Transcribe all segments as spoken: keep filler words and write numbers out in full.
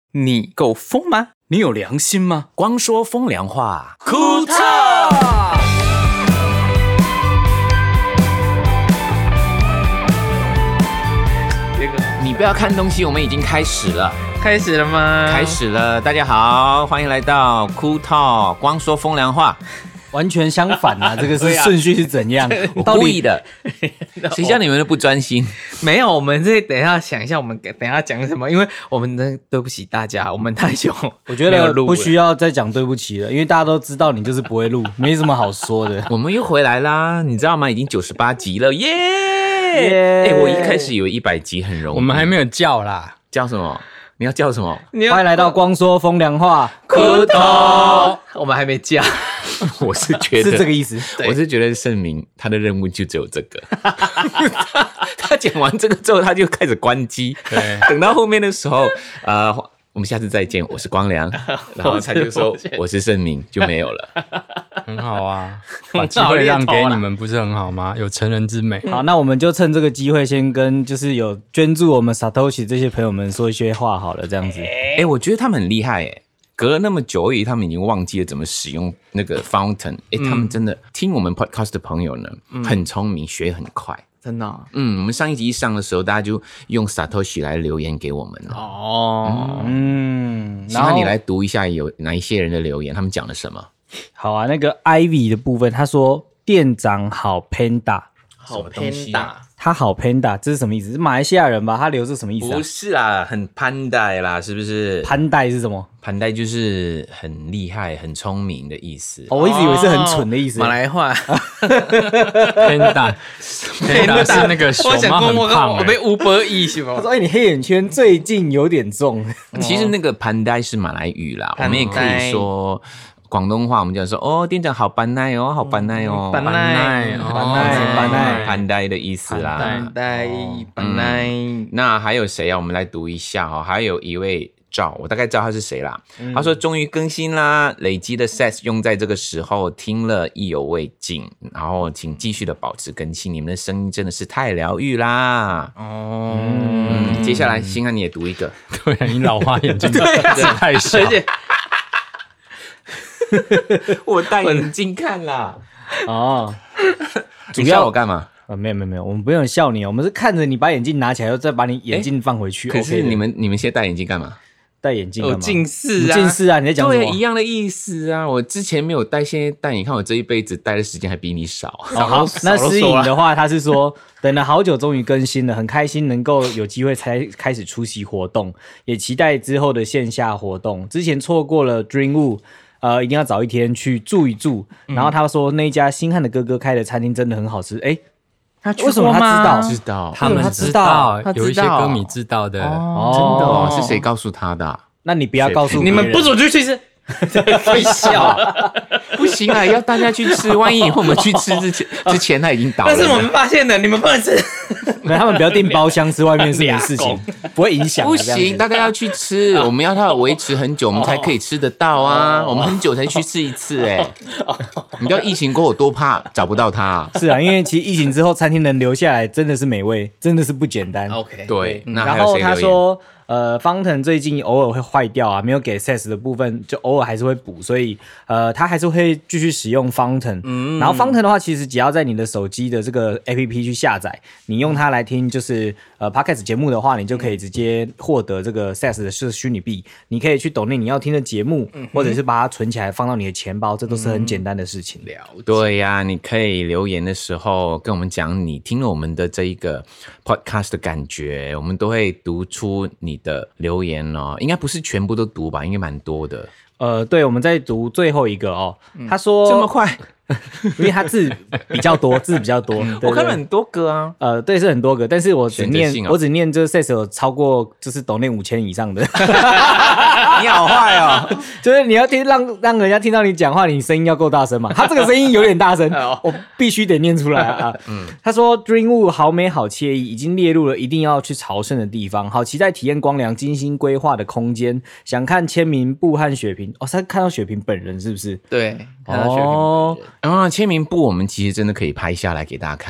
你够疯吗？你有良心吗？ 光说风凉话， 库特。 你不要看东西，我们已经开始了。 开始了吗？ 开始了，大家好，欢迎来到酷套，光说风凉话。 完全相反啊！这个是顺序是怎样？ 我故意的，谁叫你们都不专心？ 没有，我们这等一下想一下，我们等一下讲什么？因为我们的对不起大家，我们太久， 我觉得不需要再讲对不起了，因为大家都知道你就是不会录，没什么好说的。 我们又回来啦，你知道吗？已经九十八集了，耶！哎、欸，我一开始以为一百集很容易， 我们还没有叫啦， 叫什么？你要叫什么？ 欢迎来到光说风凉话， 库特，我们还没叫。 我是觉得是这个意思， 我是觉得盛明他的任务就只有这个。他, 他讲完这个之后，他就开始关机。等到后面的时候，呃，我们下次再见，我是光良，然后他就说我是盛明，就没有了。 很好啊，把机会让给你们不是很好吗？有成人之美。 好，那我们就趁这个机会，先跟就是有捐助我们 Satoshi 这些朋友们说一些话好了，这样子。 哎、欸，我觉得他们很厉害哎。隔了那么久而已，他们已经忘记了怎么使用那个 Fountain。哎、欸，他们真的、嗯、听我们 podcast 的朋友呢，嗯、很聪明，学很快， 真的、哦。 嗯，我们上一集一上的时候，大家就用 Satoshi 来留言给我们了。 哦， 嗯， 希望你来读一下有哪一些人的留言，他们讲了什么？ 好啊，那个 Ivy 的部分，他说店长好 Panda， 好 Panda。 他好 Panda， 这是什么意思？是马来西亚人吧？他留是什么意思、啊？ 不是啦，很潘代啦，是不是？ 潘代是什么？ 潘代就是很厉害、很聪明的意思。 哦，我一直以为是很蠢的意思。 马来话 ，Panda，Panda 是那个熊猫很胖、欸。 我被 Uber E 是吗？ 他说：“哎、欸，你黑眼圈最近有点重。” 其实那个潘代是马来语啦，我们也可以说。广东话我们讲说哦，店长好班奈哦，好班奈哦， 班奈， 班奈，班奈， 班奈的意思啦， 班奈，班奈。 那还有谁啊？我们来读一下哦。还有一位赵，我大概知道他是谁啦。嗯、他说终于更新啦，累积的 S E S 用在这个时候听了意犹未尽，然后请继续的保持更新，你们的声音真的是太疗愈啦。哦，嗯，接下来星汉你也读一个。 对啊，你老花眼睛对太小。 我戴眼镜看啦。 哦， 主要我干嘛？ 啊，没有没有没有，我们不用笑你，我们是看着你把眼镜拿起来，又再把你眼镜放回去。 可是你们、okay、你们现在戴眼镜干嘛？ 戴眼镜干嘛？ 有近视啊， 近视啊！你在讲什么？ 对，一样的意思啊。我之前没有戴，现在戴。你看我这一辈子戴的时间还比你少。 哦、好，那思颖的话，他是说等了好久，终于更新了，很开心能够有机会才开始出席活动，也期待之后的线下活动。之前错过了 Dreamwood。呃，一定要早一天去住一住。嗯、然后他说那一家星汉的哥哥开的餐厅真的很好吃。哎， 他去为什么他知道？ 知道， 他们知道，有一些歌迷知道的。 哦，真的哦，是谁告诉他的、啊？ 那你不要告诉你们，不准去去吃。 会笑，不行啊！要大家去吃，万一以后我们去吃之前，之前他已经倒了。 但是我们发现的，你们不能吃。 那他们不要订包厢吃，外面是没事情，不会影响。 不行，大家要去吃，我们要它维持很久，我们才可以吃得到啊！我们很久才去吃一次、欸，哎，你知道疫情过后多怕找不到它、啊。 是啊，因为其实疫情之后，餐厅能留下来真的是美味，真的是不简单。 OK， 对。 嗯、然后他说。呃 ，Fountain 最近偶尔会坏掉啊，没有给 S E S 的部分就偶尔还是会补，所以呃，他还是会继续使用 Fountain。嗯，然后 Fountain 的话，其实只要在你的手机的这个 A P P 去下载，你用它来听就是呃 Podcast 节目的话，你就可以直接获得这个 S E S 的是虚拟币，你可以去抖内你要听的节目，嗯、或者是把它存起来放到你的钱包，这都是很简单的事情。 了解。对呀、啊，你可以留言的时候跟我们讲你听了我们的这一个 Podcast 的感觉，我们都会读出你的留言哦，应该不是全部都读吧，应该蛮多的。 呃，对，我们在读最后一个哦。嗯、他说这么快， 因为他字比较多，字比较多。对对我看了很多个啊。 呃，对，是很多个，但是我只念， 哦、 我只念这 S E S 有超过就是抖内五千以上的。 你好坏哦， 就是你要听让让人家听到你讲话，你声音要够大声嘛。他这个声音有点大声，我必须得念出来啊。嗯、他说 Dreamwood 好美好惬意，已经列入了一定要去朝圣的地方，好期待体验光良精心规划的空间，想看签名簿和雪萍。哦，他看到雪萍本人是不是？ 对，看到雪萍本人。 哦，啊，签名簿我们其实真的可以拍下来给大家看呢。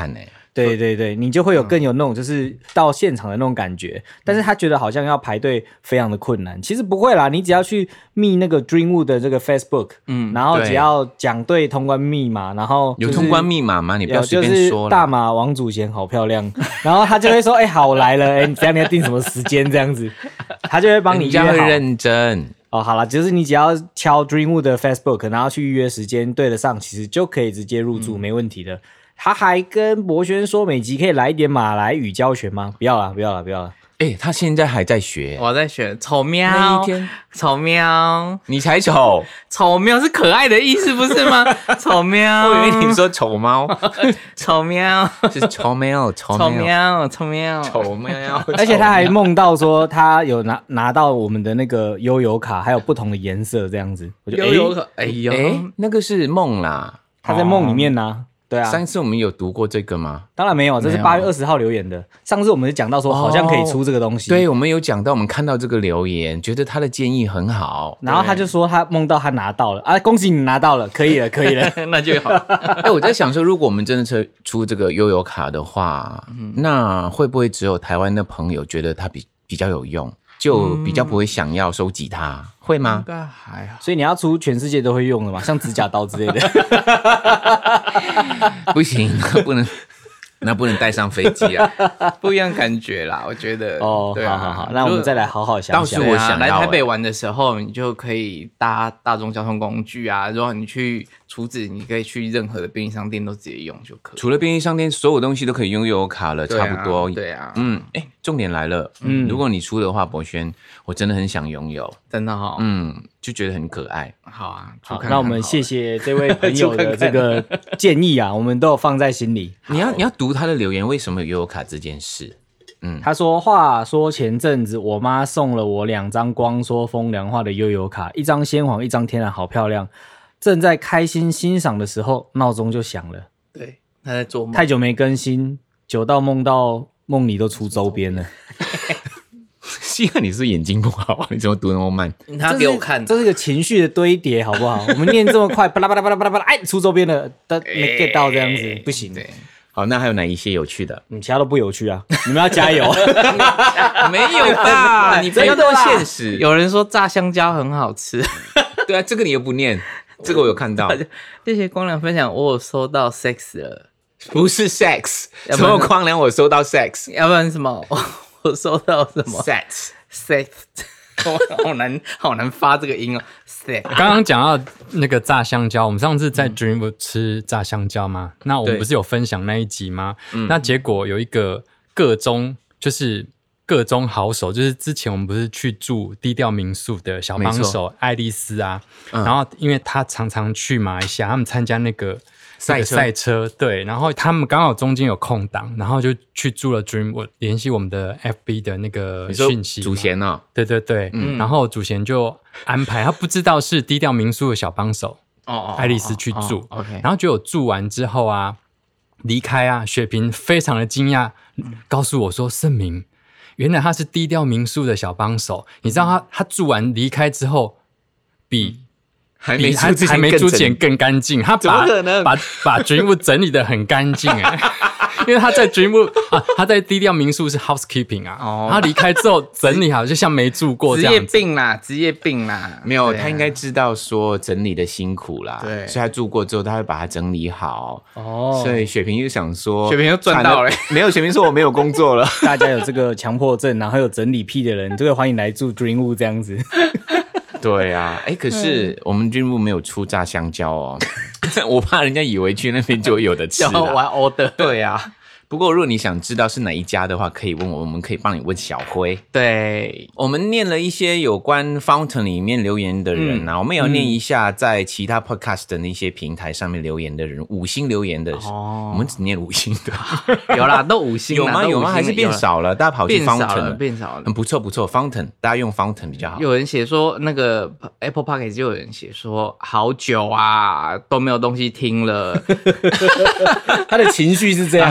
对对对，你就会有更有那种就是到现场的那种感觉，但是他觉得好像要排队非常的困难，其实不会啦，你只要去密那个 Dreamwood 的这个 Facebook， 嗯，然后只要讲对通关密码，然后、就是、 有通关密码吗？你不要随便说了。 就是大马王祖贤好漂亮，然后他就会说，哎、欸，好我来了，哎、欸，怎样你要定什么时间这样子，他就会帮你约好。 人家会认真。 哦，好啦，就是你只要敲 Dreamwood 的 Facebook， 然后去预约时间对得上，其实就可以直接入住，嗯、没问题的。他还跟博轩说，每集可以来一点马来语教学吗？不要啦，不要啦，不要啦。 哎、欸，他现在还在学， 我在学丑喵。 那一天， 丑喵， 你才丑， 丑喵是可爱的意思不是吗？丑喵， 我以为你说丑猫， 丑喵是丑喵，丑喵，丑喵， 丑喵。 而且他还梦到说，他有拿拿到我们的那个悠游卡，还有不同的颜色这样子。我就悠游卡，哎呦， 哎，那个是梦啦， 他在梦里面呢、啊。哦对啊， 上次我们有读过这个吗？ 当然没有，这是八月二十号留言的。上次我们就讲到说，好像可以出这个东西。 哦、对，我们有讲到，我们看到这个留言，觉得他的建议很好。 然后他就说他梦到他拿到了啊，恭喜你拿到了，可以了，可以了， 那就好。 哎、欸，我在想说，如果我们真的是出这个悠游卡的话，嗯、那会不会只有台湾的朋友觉得它比比较有用？就比较不会想要收集它，嗯、会吗？ 应该还好。 所以你要出全世界都会用的嘛，像指甲刀之类的。 不行，不能，那不能带上飞机啊， 不一样感觉啦，我觉得。 哦，对啊、好好好，那我们再来好好想想。 倒是我想、啊、 来台北玩的时候，你就可以搭大众交通工具啊。如果你去储值，你可以去任何的便利商店都直接用就可以。 除了便利商店，所有东西都可以用悠游卡了， 啊、 差不多。 对啊， 嗯，哎，重点来了，嗯，如果你出的话，博轩，我真的很想拥有， 真的哈、哦， 嗯，就觉得很可爱。 好啊， 好，看看好，那我们谢谢这位朋友的这个建议啊，我们都有放在心里。 你要你要读他的留言，为什么有悠游卡这件事？嗯， 他说：“话说前阵子我妈送了我两张光说风凉话的悠游卡，一张鲜黄，一张天然，好漂亮。正在开心欣赏的时候，闹钟就响了。 对，他在做梦， 太久没更新，久到梦到梦里都出周边了。 希望你是眼睛不好，你怎么读那么慢？ 他给我看， 这是个情绪的堆叠，好不好？我们念这么快，巴拉巴拉巴拉巴拉巴拉，哎，出周边了，但没 get 到这样子，不行。 对。” 好，那还有哪一些有趣的？ 嗯，其他都不有趣啊！你们要加油。 没有吧？你不要那么现实。 有人说炸香蕉很好吃。 对啊，这个你又不念，这个我有看到。 谢谢光良分享，我有收到 sex 了， 不是 sex， 什么光良我收到 sex， 要不然什么？我收到什么 sex sex。好难，好难发这个音哦。 刚刚讲到那个炸香蕉，我们上次在 Dreamwood 吃炸香蕉嘛，那我们不是有分享那一集吗？那结果有一个个中，就是个中好手，就是之前我们不是去住低调民宿的小帮手爱丽丝啊，嗯、然后因为他常常去马来西亚，他们参加那个。赛车, 赛车对，然后他们刚好中间有空档，然后就去住了 Dreamwood， 联系我们的 F B 的那个讯息。 祖贤哦， 对对对，嗯、然后祖贤就安排，他不知道是低调民宿的小帮手哦，爱丽丝去住、哦哦哦 okay、然后就有住完之后啊，离开啊，雪萍非常的惊讶，告诉我说：“盛明，原来他是低调民宿的小帮手，你知道他他住完离开之后，比。” 还没还还没租前更干净，他把把把 Dreamwood 整理得很干净哎，因为他在 Dreamwood 啊，他在低调民宿是 housekeeping 啊，哦、他离开之后整理好，就像没住过这样子。 职业病啦，职业病啦， 没有，他应该知道说整理的辛苦啦， 对， 所以他住过之后，他会把它整理好。哦，所以雪萍就想说， 雪萍又赚到了， 没有，雪萍说我没有工作了。 大家有这个强迫症，然后有整理癖的人，这个欢迎来住 Dreamwood 这样子。 对啊，哎，可是我们Dreamwood没有出炸香蕉哦，我怕人家以为去那边就有的吃了。 玩 order。 对啊，不过如果你想知道是哪一家的话，可以问我，我们可以帮你问小辉。 对， 我们念了一些有关 Fountain 里面留言的人啊，嗯、我们也要念一下在其他 podcast 的那些平台上面留言的人，五星留言的，哦、我们只念五星的。 有啦，都五星啦， 有吗？有吗？还是变少了？大家跑去 Fountain 了，变少了， 嗯，不错不错 ，Fountain， 大家用 Fountain 比较好。 有人写说那个 Apple Podcast 就有人写说好久啊都没有东西听了， 他的情绪是这样，是不是？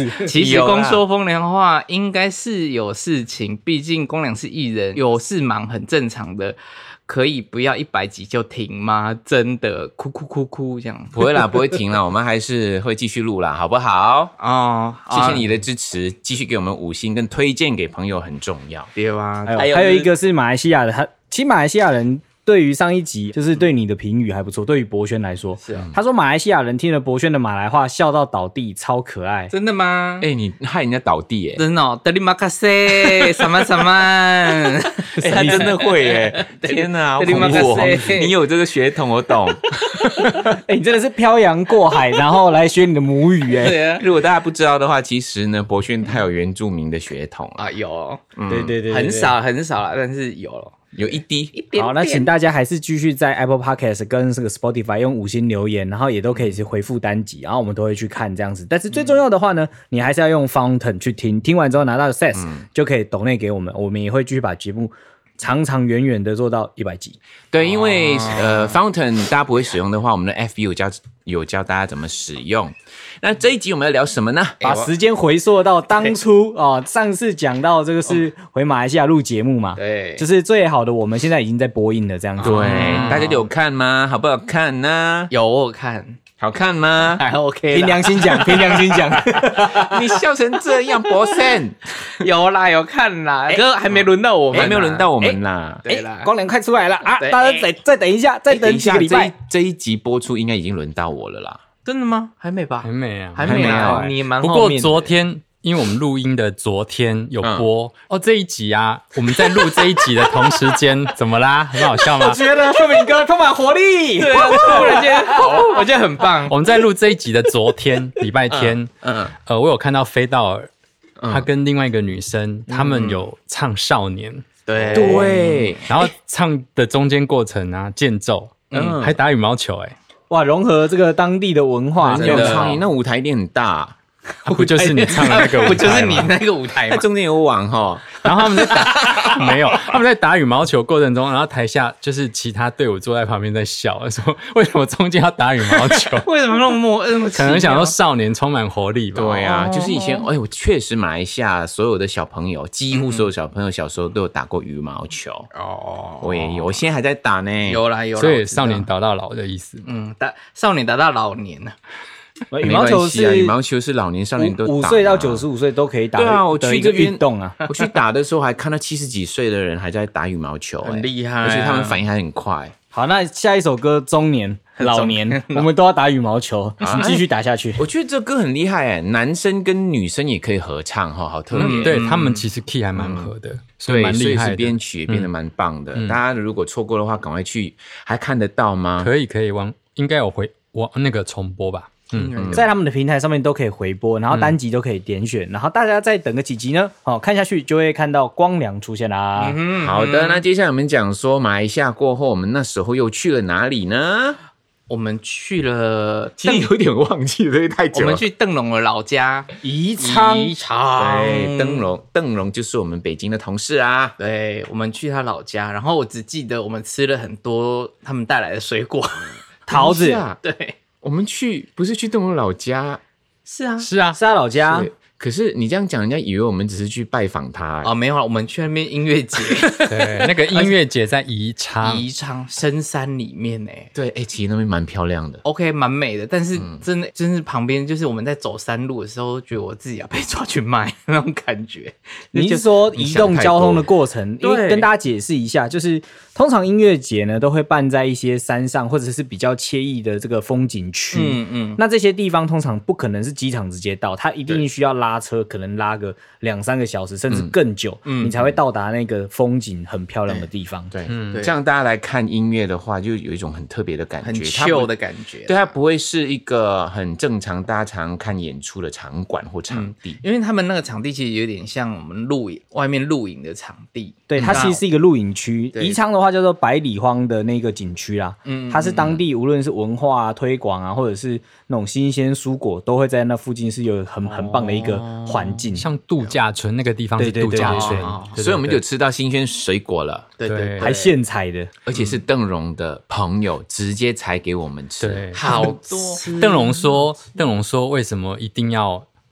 事。 其实光说风凉话应该是有事情，毕竟光良是艺人，有事忙很正常的。可以不要一百集就停吗？真的哭哭哭哭这样？ 不会啦，不会停啦，我们还是会继续录啦，好不好？ 哦， 谢谢你的支持，继续给我们五星跟推荐给朋友很重要。 对啊， 还有还有一个是马来西亚的，他其实马来西亚人。对于上一集，就是对你的评语还不错。对于博轩来说， 是啊， 他说马来西亚人听了博轩的马来话，笑到倒地，超可爱。 真的吗？ 哎、欸，你害人家倒地哎！ 真的、哦，德里马卡塞，什么什么？哎、 欸，他真的会哎！天哪，德里马卡塞，你有这个血统，我懂。 哎、欸，你真的是漂洋过海，然后来学你的母语哎。 对啊， 如果大家不知道的话，其实呢，博轩他有原住民的血统啊，有， 嗯、对, 对, 对对对， 很少很少啦，但是有了。 有一滴， 一点点。 好，那请大家还是继续在 Apple Podcast 跟这个 Spotify 用五星留言，然后也都可以是回复单集，然后我们都会去看这样子。但是最重要的话呢，你还是要用 Fountain 去听，听完之后拿到 S E S、嗯、就可以抖内给我们，我们也会继续把节目长长远远的做到一百集。 对，因为、哦、呃 Fountain 大家不会使用的话，我们的 F B 有教有教大家怎么使用。那这一集我们要聊什么呢？ 把时间回溯到当初哦，上次讲到这个是回马来西亚录节目嘛， 对， 就是最好的我们现在已经在播映了这样子。 对，大家有看吗？好不好看呢？ 有，我有看。 好看吗？ 还 OK， 凭良心讲，凭良心讲， 你笑成这样，博森有啦，有看啦，可是还没轮到我们， 还没有轮到我们啦。 对啦， 光良快出来了啊！大家再再等一下，再等几个礼拜， 这一集播出应该已经轮到我了啦。 真的吗？还没吧？ 还没啊， 还没啊，你蛮后面。 不过昨天。因为我们录音的昨天有播、嗯、哦，这一集啊，我们在录这一集的同时间，怎么啦？很好笑吗？ 我觉得秀敏哥充满活力， 对啊，突然间，我觉得很棒。 我们在录这一集的昨天，礼拜天，嗯，嗯呃，我有看到飞道尔，嗯、他跟另外一个女生，嗯、他们有唱《少年》， 对对， 然后唱的中间过程啊，间奏，嗯，还打羽毛球、欸，哎， 哇，融合这个当地的文化， 很有创意。那舞台一定很大。 啊、不就是你唱的那个舞台吗？ 不就是你那个舞台吗？ 中间有网哈， 然后他们在打没有，他们在打羽毛球过程中，然后台下就是其他队伍坐在旁边在笑，说为什么中间要打羽毛球？ 为什么那么默那么可能想说少年充满活力吧？ 对啊，就是以前哎，我确实马来西亚所有的小朋友，几乎所有小朋友小时候都有打过羽毛球哦，我也有，我现在还在打呢。 有啦有啦， 所以少年打到老的意思。 嗯，打少年打到老年了。 羽毛球是、啊、 羽毛球是老年少年都打、啊， 五岁到九十五岁都可以打。 对啊，我去这边运动啊， 我去打的时候还看到七十几岁的人还在打羽毛球、欸， 很厉害、啊， 而且他们反应还很快。 好，那下一首歌《中年》老年，我们都要打羽毛球，啊、继续打下去。 我觉得这歌很厉害哎、欸，男生跟女生也可以合唱哈，好特别、 嗯。对他们其实 key 还蛮合的，嗯、 所以蛮厉害的。 编曲也变得蛮棒的、嗯。大家如果错过的话，赶快去，还看得到吗？ 可以可以，往应该有回往那个重播吧。 嗯，在他们的平台上面都可以回播，然后单集都可以点选，嗯、然后大家再等个几集呢，好、哦、看下去就会看到光良出现啦。 嗯、好的，那接下来我们讲说马来西亚过后，我们那时候又去了哪里呢？ 我们去了， 其实有点忘记了，因为太久了。 我们去邓龙的老家宜昌， 宜昌， 对，邓龙，邓龙就是我们北京的同事啊。 对，我们去他老家，然后我只记得我们吃了很多他们带来的水果， 桃子， 对。 我们去不是去邓龙老家， 是啊， 是啊，是他老家。 可是你这样讲，人家以为我们只是去拜访他、欸。 哦，没有，我们去那边音乐节。 对，那个音乐节在宜昌， 宜昌深山里面呢、欸。 对，哎、欸，其实那边蛮漂亮的 ，OK， 蛮美的。但是真的，真、嗯、是旁边就是我们在走山路的时候，觉得我自己要被抓去卖那种感觉。 你是说移动交通的过程？因为跟大家解释一下，就是通常音乐节呢都会办在一些山上或者是比较惬意的这个风景区。嗯嗯。那这些地方通常不可能是机场直接到，它一定需要拉车，可能拉个两三个小时甚至更久，嗯、你才会到达那个风景很漂亮的地方。 对，嗯，对，这样大家来看音乐的话，就有一种很特别的感觉， 很 chill 的感觉。 对，它不会是一个很正常大家常看演出的场馆或场地、嗯， 因为他们那个场地其实有点像我们露营外面露营的场地。 对，它其实是一个露营区。宜昌的话叫做百里荒的那个景区啦，嗯，它是当地无论是文化啊、推广啊，或者是那种新鲜蔬果，都会在那附近是有很很棒的一个环境。 像度假村那个地方是度假村， 所以我们就吃到新鲜水果了， 对 对, 对， 还现采的， 而且是邓荣的朋友直接采给我们吃， 好多。 邓荣说，邓荣说为什么一定要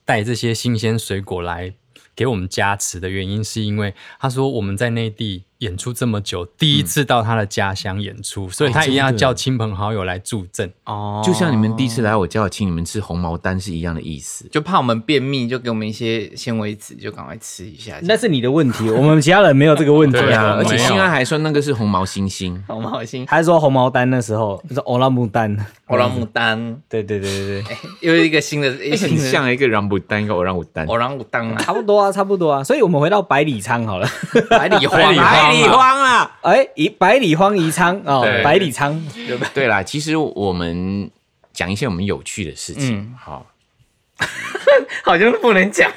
带这些新鲜水果来给我们加持的原因，是因为他说我们在内地演出这么久，第一次到他的家乡演出，嗯、所以他一定要叫亲朋好友来助阵。 哦， 就像你们第一次来我家，我请你们吃红毛丹是一样的意思。 就怕我们便秘，就给我们一些纤维质，就赶快吃一下。 那是你的问题，我们其他人没有这个问题。 对啊，而且没有新安还说那个是红毛猩猩， 红毛猩， 他说红毛丹那时候是欧拉木丹， 欧朗牡丹， 对对对对对， 又一个新的， 欸、很像一个朗布丹，一个欧朗武丹， 欧朗牡丹啊， 差不多啊，差不多啊。所以我们回到百里仓好了， 百里荒， 百里荒啊！ 哎，宜百里荒宜仓哦， 对百里仓， 对吧？ 对啦，其实我们讲一些我们有趣的事情， 嗯好， 好像不能讲。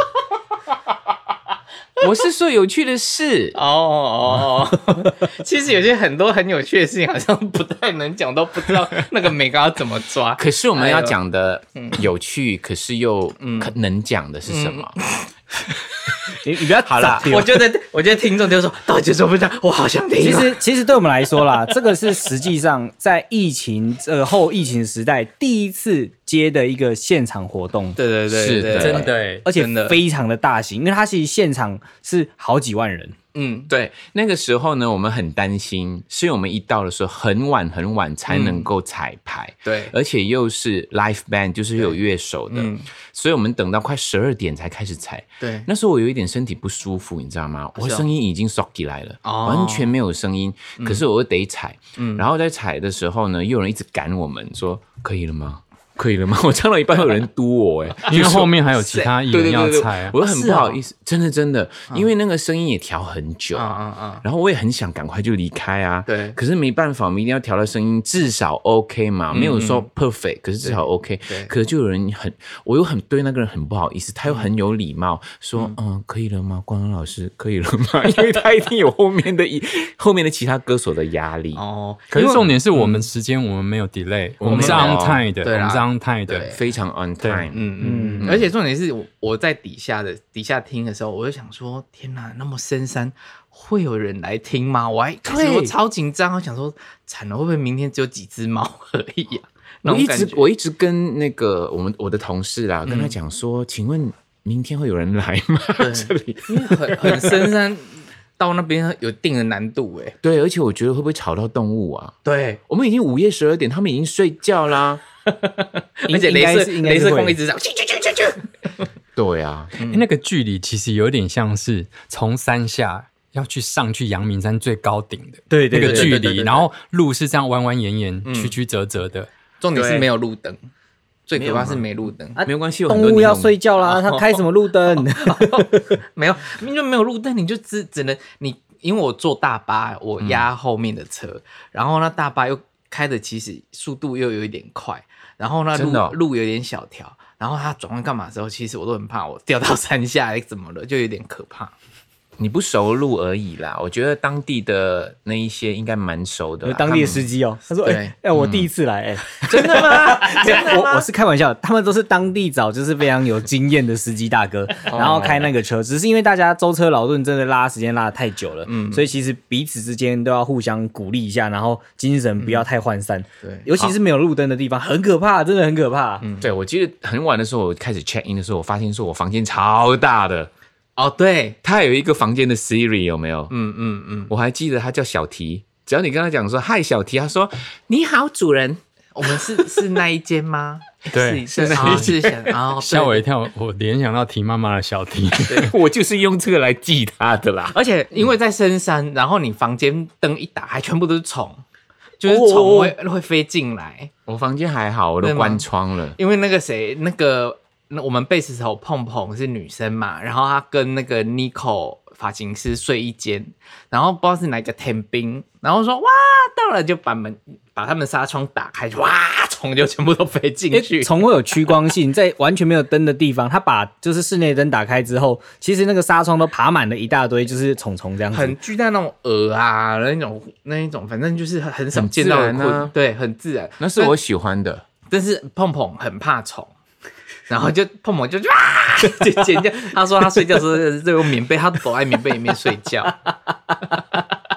我是说有趣的事哦哦哦，其实有些很多很有趣的事情，好像不太能讲，都不知道那个美感要怎么抓。 可是我们要讲的有趣，可是又可能讲的是什么？ 你你不要好啦， 我觉得，我觉得听众就说，到底说不讲，我好想听、啊。 其实，其实对我们来说啦，这个是实际上在疫情这个后疫情时代第一次接的一个现场活动， 对对对， 是的对真的， 而且真的非常的大型，因为它其实现场是好几万人。 嗯， 对，那个时候呢，我们很担心，是我们一到的时候很晚很晚才能够彩排， 对， 而且又是 live band， 就是有乐手的， 嗯所以我们等到快十二点才开始彩。 对， 那时候我有一点身体不舒服，你知道吗？我声音已经缩起来了， 哦完全没有声音，可是我又得踩。然后在踩的时候呢，又有人一直赶我们，说可以了吗？可以了吗？我唱到一半，有人嘟我、欸， 因为后面还有其他艺人要猜啊。 我又很不好意思，真的真的，因为那个声音也调很久， 啊啊啊！ 然后我也很想赶快就离开啊， 对可是没办法，我们一定要调到声音至少 OK 嘛，没有说 perfect，、可是至少 OK。 对可是就有人很，我又很对那个人很不好意思，他又很有礼貌，说嗯可以了吗？光光老师可以了吗？因为他一定有后面的后面的其他歌手的压力。 哦， 可是重点是我们时间我们没有 delay，、我们是 on time 的， 对啦我们是 on time 的。 对非常 on time， 嗯嗯嗯，而且重点是我我在底下的底下听的时候，我就想说，天哪，那么深山会有人来听吗？我还开始我超紧张，我想说，惨了，会不会明天只有几只猫而已啊？那我一种感觉直我一直跟那个我们我的同事啦，跟他讲说，请问明天会有人来吗？这里因为很很深山，到那边有一定的难度哎。 对，而且我觉得会不会吵到动物啊？ 对， 我们已经午夜十二点，他们已经睡觉啦。 而且镭射镭射光一直这样，啾啾啾啾啾。 对啊， 欸那个距离其实有点像是从山下要去上去阳明山最高顶的对对那个距离， 对对对对对然后路是这样弯弯延延、曲曲折折的。 重点是没有路灯，最可怕是没路灯。 啊没有关系，有很多动物要你懂睡觉啦，它开什么路灯？ 没有，因为没有路灯，你就只只能你，因为我坐大巴，我压后面的车， 嗯、 然后呢大巴又开的其实速度又有一点快，然后呢路、 哦、 路有点小条，然后它转弯干嘛的时候，其实我都很怕我掉到山下来怎么了，就有点可怕。 你不熟路而已啦，我觉得当地的那一些应该蛮熟的啦， 当地的司机哦，他说：“哎哎、欸欸，我第一次来，哎、欸， 真的吗？真的吗？ 我我是开玩笑，他们都是当地找就是非常有经验的司机大哥，然后开那个车，只是因为大家舟车劳顿，真的拉时间拉得太久了，嗯，所以其实彼此之间都要互相鼓励一下，然后精神不要太涣散， 对、嗯， 尤其是没有路灯的地方，很可怕，真的很可怕。 嗯，对，我记得很晚的时候，我开始 check in 的时候，我发现说我房间超大的。 哦，对， 他有一个房间的 Siri 有没有？ 嗯嗯嗯， 我还记得他叫小提，只要你跟他讲说嗨小提，他说你好主人。 我们是是那一间吗？ 对， 是是那一间。哦， 吓我一跳，我联想到提妈妈的小提， 我就是用这个来记他的啦。 而且因为在深山，然后你房间灯一打开，全部都是虫，就是虫会、哦、会飞进来。 我房间还好，我都关窗了。 因为那个谁，那个。那我们贝斯手碰碰是女生嘛，然后她跟那个 Nico 发型师睡一间，然后不知道是哪个天兵，然后说哇到了就把门把他们纱窗打开，哇虫就全部都飞进去。 虫会有趋光性，在完全没有灯的地方，他把就是室内灯打开之后，其实那个纱窗都爬满了一大堆，就是虫虫这样子， 很巨大那种蛾啊，那种那一种，反正就是很少见到的很自然啊， 对，很自然， 那是我喜欢的。 但是碰碰很怕虫。然后就碰碰就啊，就尖叫。他说他睡觉的时候就用棉被，他躲在棉被里面睡觉。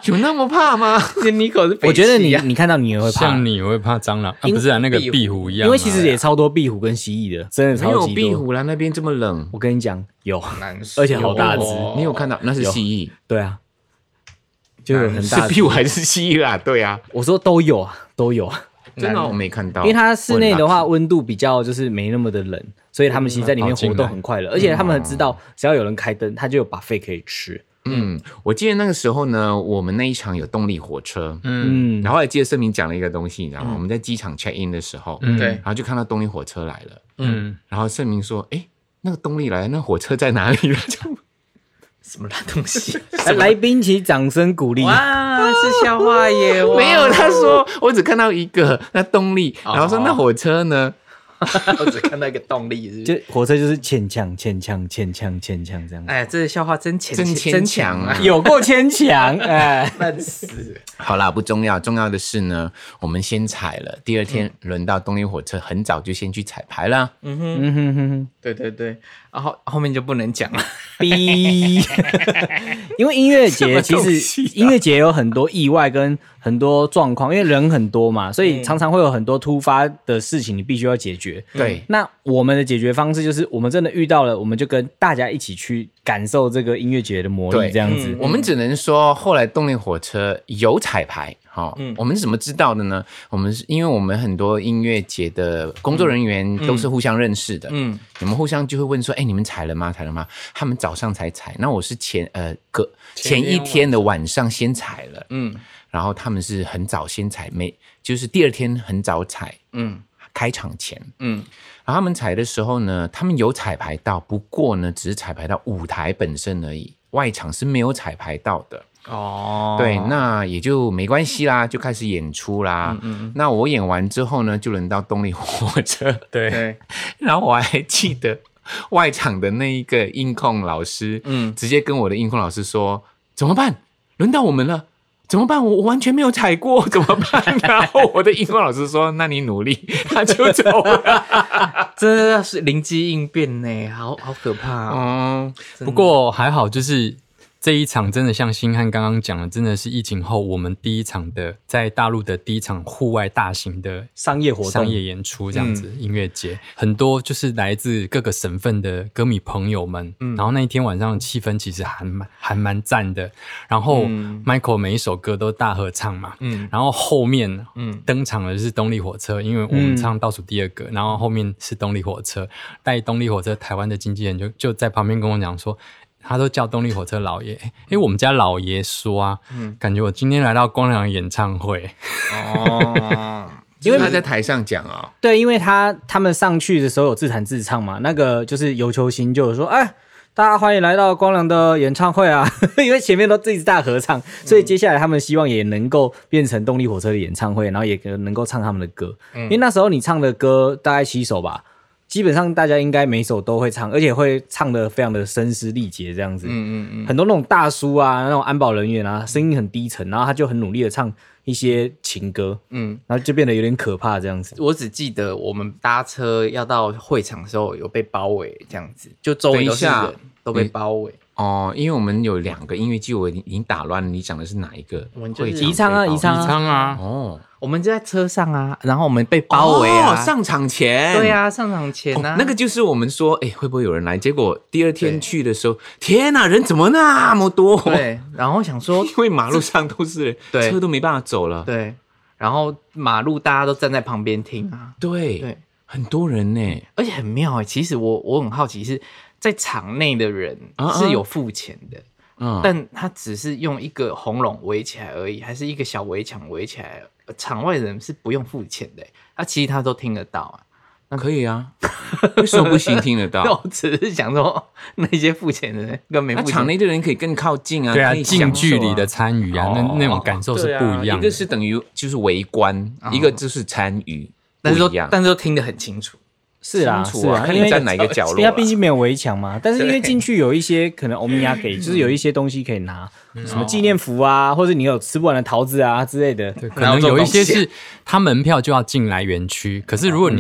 有那么怕吗？ 尼可是北我觉得你西啊你看到你也会怕， 像你会怕蟑螂啊？不是啊，那个壁虎一样啊。 因为其实也超多壁虎跟蜥蜴的，真的没有超级多。 壁虎啦，那边这么冷， 我跟你讲，有， 难受而且好大只哦你有看到？那是蜥蜴， 对啊，就有很大只是壁虎还是蜥蜴啦？对啊， 我说都有啊，都有啊。 真的我没看到， 因为它室内的话， 我很 lucky 温度比较就是没那么的冷，所以他们其实在里面活动很快乐，而且他们知道只要有人开灯，他就有buffet可以吃。 嗯，我记得那个时候呢，我们那一场有动力火车， 嗯， 然后还记得盛明讲了一个东西，你知道吗？我们在机场 check in 的时候， 嗯对然后就看到动力火车来了， 嗯， 然后盛明说：“哎，那个动力来了，那火车在哪里了？”就什么烂东西？ 来来宾请掌声鼓励。 哇，是笑话耶！哇没有，他说我只看到一个那动力，然后说那火车呢？ 我只看到一个动力，是不？ 就是火车就是牵强牵强牵强牵强这样子， 哎呀，这个笑话真牵真牵强啊！ 有够牵强哎。 烂死！ 好啦，不重要，重要的是呢，我们先踩了，第二天轮到动力火车，很早就先去彩排啦。 嗯哼， 嗯哼哼哼， 对对对，然后后面就不能讲了。 逼，因为音乐节其什么东西实啊音乐节有很多意外跟很多状况，因为人很多嘛，所以常常会有很多突发的事情，你必须要解决。 对， 那我们的解决方式就是，我们真的遇到了，我们就跟大家一起去感受这个音乐节的魔力， 对这样子。 嗯我们只能说，后来动力火车有彩排，哈、哦嗯我们是怎么知道的呢？我们是因为我们很多音乐节的工作人员都是互相认识的， 嗯你们互相就会问说，哎，你们踩了吗？踩了吗？他们早上才踩，那我是前呃隔前一天的晚上先踩了， 嗯然后他们是很早先踩，没就是第二天很早踩， 嗯开场前。 嗯然后他们踩的时候呢，他们有彩排到，不过呢，只是彩排到舞台本身而已，外场是没有彩排到的。 哦， 对，那也就没关系啦，就开始演出啦。 嗯那我演完之后呢，就轮到动力火车。 对， 对， 然后我还记得外场的那一个音控老师， 嗯直接跟我的音控老师说：“怎么办？轮到我们了。”怎么办？我我完全没有踩过，怎么办？然后我的音控老师说：“那你努力。”他就走了。 真的是灵机应变呢，好好可怕哦。 嗯， 不过还好，就是这一场真的像星汉刚刚讲的，真的是疫情后我们第一场的在大陆的第一场户外大型的商业活动商业演出这样子，音乐节很多就是来自各个省份的歌迷朋友们，然后那一天晚上的气氛其实还蛮还蛮赞的，然后 Michael 每一首歌都大合唱嘛， 嗯然后后面嗯登场的是动力火车，因为我们唱倒数第二个，然后后面是动力火车，带动力火车台湾的经纪人就就在旁边跟我讲说。他都叫动力火车老爷，哎、欸，我们家老爷说啊，嗯，感觉我今天来到光良的演唱会， 哦， 因为他在台上讲啊、哦， 对，因为他他们上去的时候有自弹自唱嘛，那个就是尤秋兴就有说，哎，大家欢迎来到光良的演唱会啊，因为前面都一直大合唱，所以接下来他们希望也能够变成动力火车的演唱会，然后也能够唱他们的歌，嗯、因为那时候你唱的歌大概七首吧。基本上大家应该每首都会唱，而且会唱得非常的声嘶力竭这样子。嗯嗯嗯，很多那种大叔啊，那种安保人员啊，声音很低沉，然后他就很努力的唱一些情歌，嗯，然后就变得有点可怕这样子。 我只记得我们搭车要到会场的时候有被包围，这样子，就周围都是人都被包围。 哦，因为我们有两个音乐季，我已经打乱了。你讲的是哪一个？ 我们就是宜昌啊，宜昌宜昌啊。 哦， 我们就在车上啊，然后我们被包围啊， 哦、上场前。 对啊，上场前啊、 哦，那个就是我们说，哎，会不会有人来？结果第二天去的时候，天哪，人怎么那么多？ 对，然后想说， 因为马路上都是人， 对， 车都没办法走了。 对，然后马路大家都站在旁边听啊。 对对， 很多人呢， 而且很妙哎。其实我我很好奇是。在场内的人是有付钱的，嗯，但他只是用一个红笼围起来而已，还是一个小围墙围起来。场外的人是不用付钱的，他、啊、其实他都听得到啊。 那可以啊，为什么不行听得到？ 我只是想说，那些付钱的人跟没付钱， 那场内的人可以更靠近啊， 对啊， 可以近距离的参与啊， 哦、 那那种感受是不一样的。 啊、一个是等于就是围观，哦、一个就是参与， 但是都但是都听得很清楚。 是啦，是啦， 看你站哪一个角落， 因为它毕竟没有围墙嘛。但是因为进去有一些可能欧米亚给，就是有一些东西可以拿，什么纪念服啊，或者你有吃不完的桃子啊之类的。 对，可能有一些是他门票就要进来园区，可是如果你要在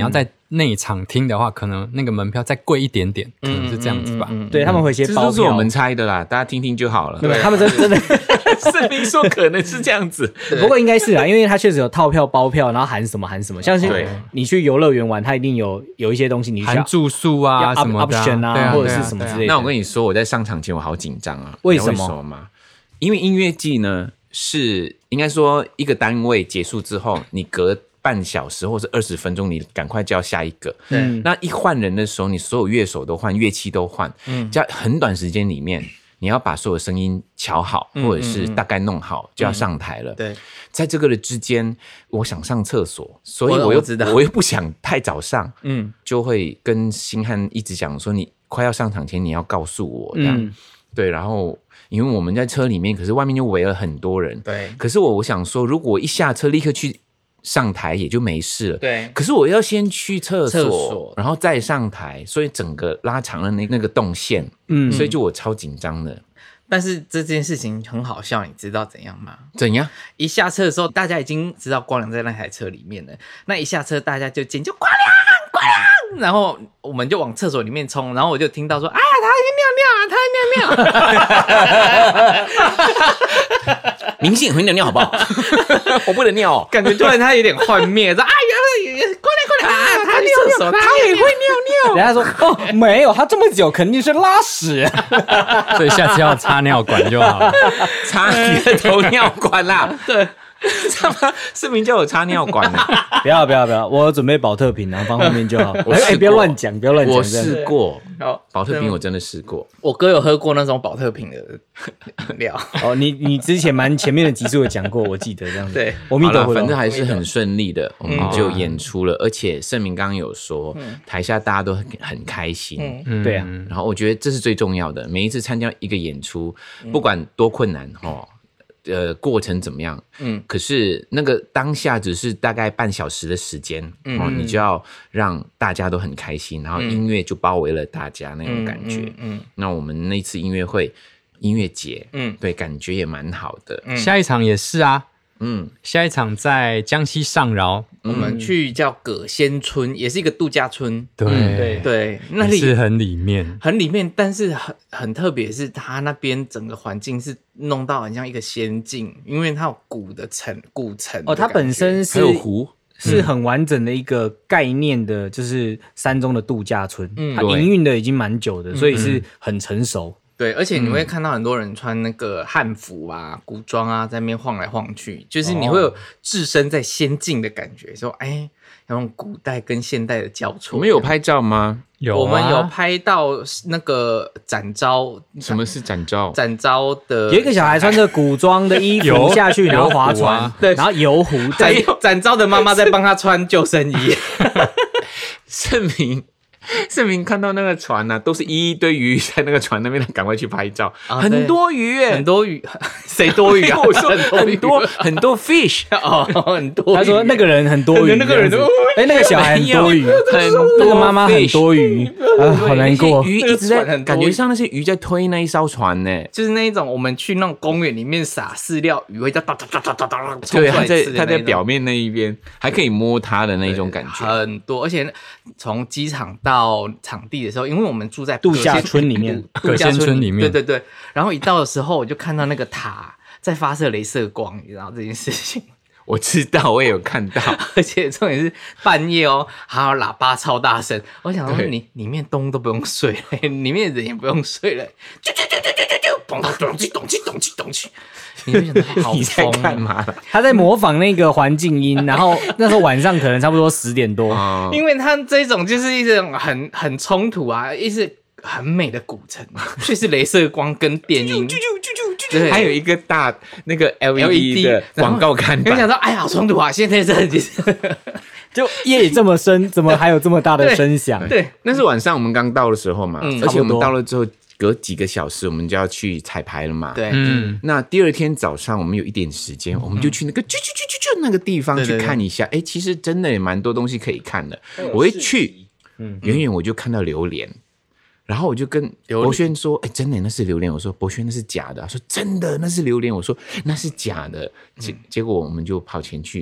内场听的话，可能那个门票再贵一点点，可能是这样子吧。 嗯嗯嗯嗯对，他们会写包票， 这都是我们猜的啦，大家听听就好了。 对，他们真真的。 士兵说可能是这样子， 不过应该是啦，因为它确实有套票、包票，然后含什么含什么，像是对你去游乐园玩，它一定有有一些东西你需要含住宿啊要 up, 什么的 option 啊， 对啊或者对啊是什么之类的。 那我跟你说，我在上场前我好紧张啊， 为什么你知道为什么吗？因为音乐季呢是应该说一个单位结束之后，你隔半小时或是二十分钟，你赶快就要下一个。 对嗯那一换人的时候，你所有乐手都换，乐器都换，嗯，在很短时间里面，你要把所有声音调好， 嗯或者是大概弄好，就要上台了。 对， 在这个的之间，我想上厕所，所以我我又我知道我又不想太早上， 嗯就会跟星汉一直讲说，你快要上场前你要告诉我这样。 嗯对，然后因为我们在车里面，可是外面就围了很多人。 对可是我我想说，如果我一下车立刻去上台，也就没事了。 对可是我要先去厕所， 厕所然后再上台，所以整个拉长了那那个动线， 嗯， 所以就我超紧张的。 但是这件事情很好笑，你知道怎样吗？ 怎样？ 一下车的时候，大家已经知道光良在那台车里面了。那一下车，大家就尖叫光良，光良，然后我们就往厕所里面冲，然后我就听到说：“哎呀，他在尿尿啊，他在尿尿。” 明星很尿尿好不好？我不能尿哦。 感觉突然他有点幻灭，说：“哎呀，光良，光良啊，他去厕所，他也会尿尿。” 人家说哦，没有，他这么久肯定是拉屎。 所以下次要插尿管就好了。 插你的头尿管啦！ 对， 他妈视频叫我插尿管呢。 不要不要不要，我有准备保特瓶，然后放后面就好。 我试过哎，不要乱讲，不要乱讲。 我这样试过好， 保特瓶，我真的试过。 我哥有喝过那种保特瓶的饮料。 哦，你你之前蛮前面的集数有讲过，我记得这样子。 对， 好了， 我弥陀佛。 反正还是很顺利的，我们就演出了。而且盛明刚刚有说，台下大家都很很开心。 嗯对啊， 然后我觉得这是最重要的。每一次参加一个演出，不管多困难哈，呃，过程怎么样， 嗯， 可是那个当下只是大概半小时的时间， 嗯哦，你就要让大家都很开心，然后音乐就包围了大家那种感觉。 嗯那我们那次音乐会、音乐节， 嗯对，感觉也蛮好的。 下一场也是啊， 嗯， 下一场在江西上饶， 我们去叫葛仙村，也是一个度假村。 对对对，那也里是很里面。 很里面，但是很很特别，是它那边整个环境是弄到很像一个仙境，因为它有古的城古城的哦，它感觉本身还是有湖， 是很完整的一个概念的，就是山中的度假村。 嗯它对营运的已经蛮久的，所以是很成熟。 对，而且你会看到很多人穿那个汉服啊、古装啊，在那边晃来晃去，就是你会有置身在仙境的感觉，说哎，那种古代跟现代的交错。 我们有拍照吗？ 有啊我们有拍到那个展昭， 什么是展昭？ 展昭的有一个小孩穿着古装的衣服游下去，然后划游湖船啊， 对然后游湖。 展对， 展昭的妈妈在帮他穿救生衣。 盛明，盛明看到那个船呢、啊，都是一堆鱼在那个船那边，赶快去拍照， 啊很多鱼耶， 很多鱼，谁多鱼啊？ 我说很很多很多 fish， 哦，很多鱼。 他说那个人很多余， 那个人这样子哎，那个小孩很多余， 很那个多妈妈很 fish 多余，啊，好难过。 鱼一直在那个船很多感觉上那些鱼在推那一艘船呢。 就是那一种，我们去那种公园里面撒饲料，鱼会叫哒哒哒哒哒哒冲出对， 来它在吃的那种它在表面那一边还可以摸它的那种感觉。 很多，而且从机场到场地的时候，因为我们住在度假村里面度假葛仙村里面对对对。然后一到的时候，我就看到那个塔在发射镭射光，你知道这件事情。 我知道，我也有看到。 而且重点是半夜哦，还有喇叭超大声。我想说对你里面东都不用睡了，里面的人也不用睡了，就就就就就就就咚咚咚叽咚叽咚叽咚叽。你会想到好你在疯干嘛了？ 他在模仿那个环境音，然后那时候晚上可能差不多十点多， 哦， 因为它这种就是一种很很冲突啊，一是很美的古城，却是镭射光跟电音，对， 还有一个大那个 L L E E D D 的广告看板， 你会想到，哎呀，好冲突啊！现在这里是， 就夜这么深，怎么还有这么大的声响？ 对， 那是晚上我们刚到的时候嘛， 嗯而且我们差不多到了之后，隔几个小时我们就要去彩排了嘛。 对， 嗯， 那第二天早上我们有一点时间，我们就去那个啾啾啾啾啾那个地方去对对对看一下。哎，其实真的也蛮多东西可以看的。我一去，嗯，远远我就看到榴莲。然后我就跟榴莲博轩说：“哎，真的那是榴莲。”我说：“博轩那是假的。”他说：“真的那是榴莲。”我说：“那是假的。结”结果我们就跑前去，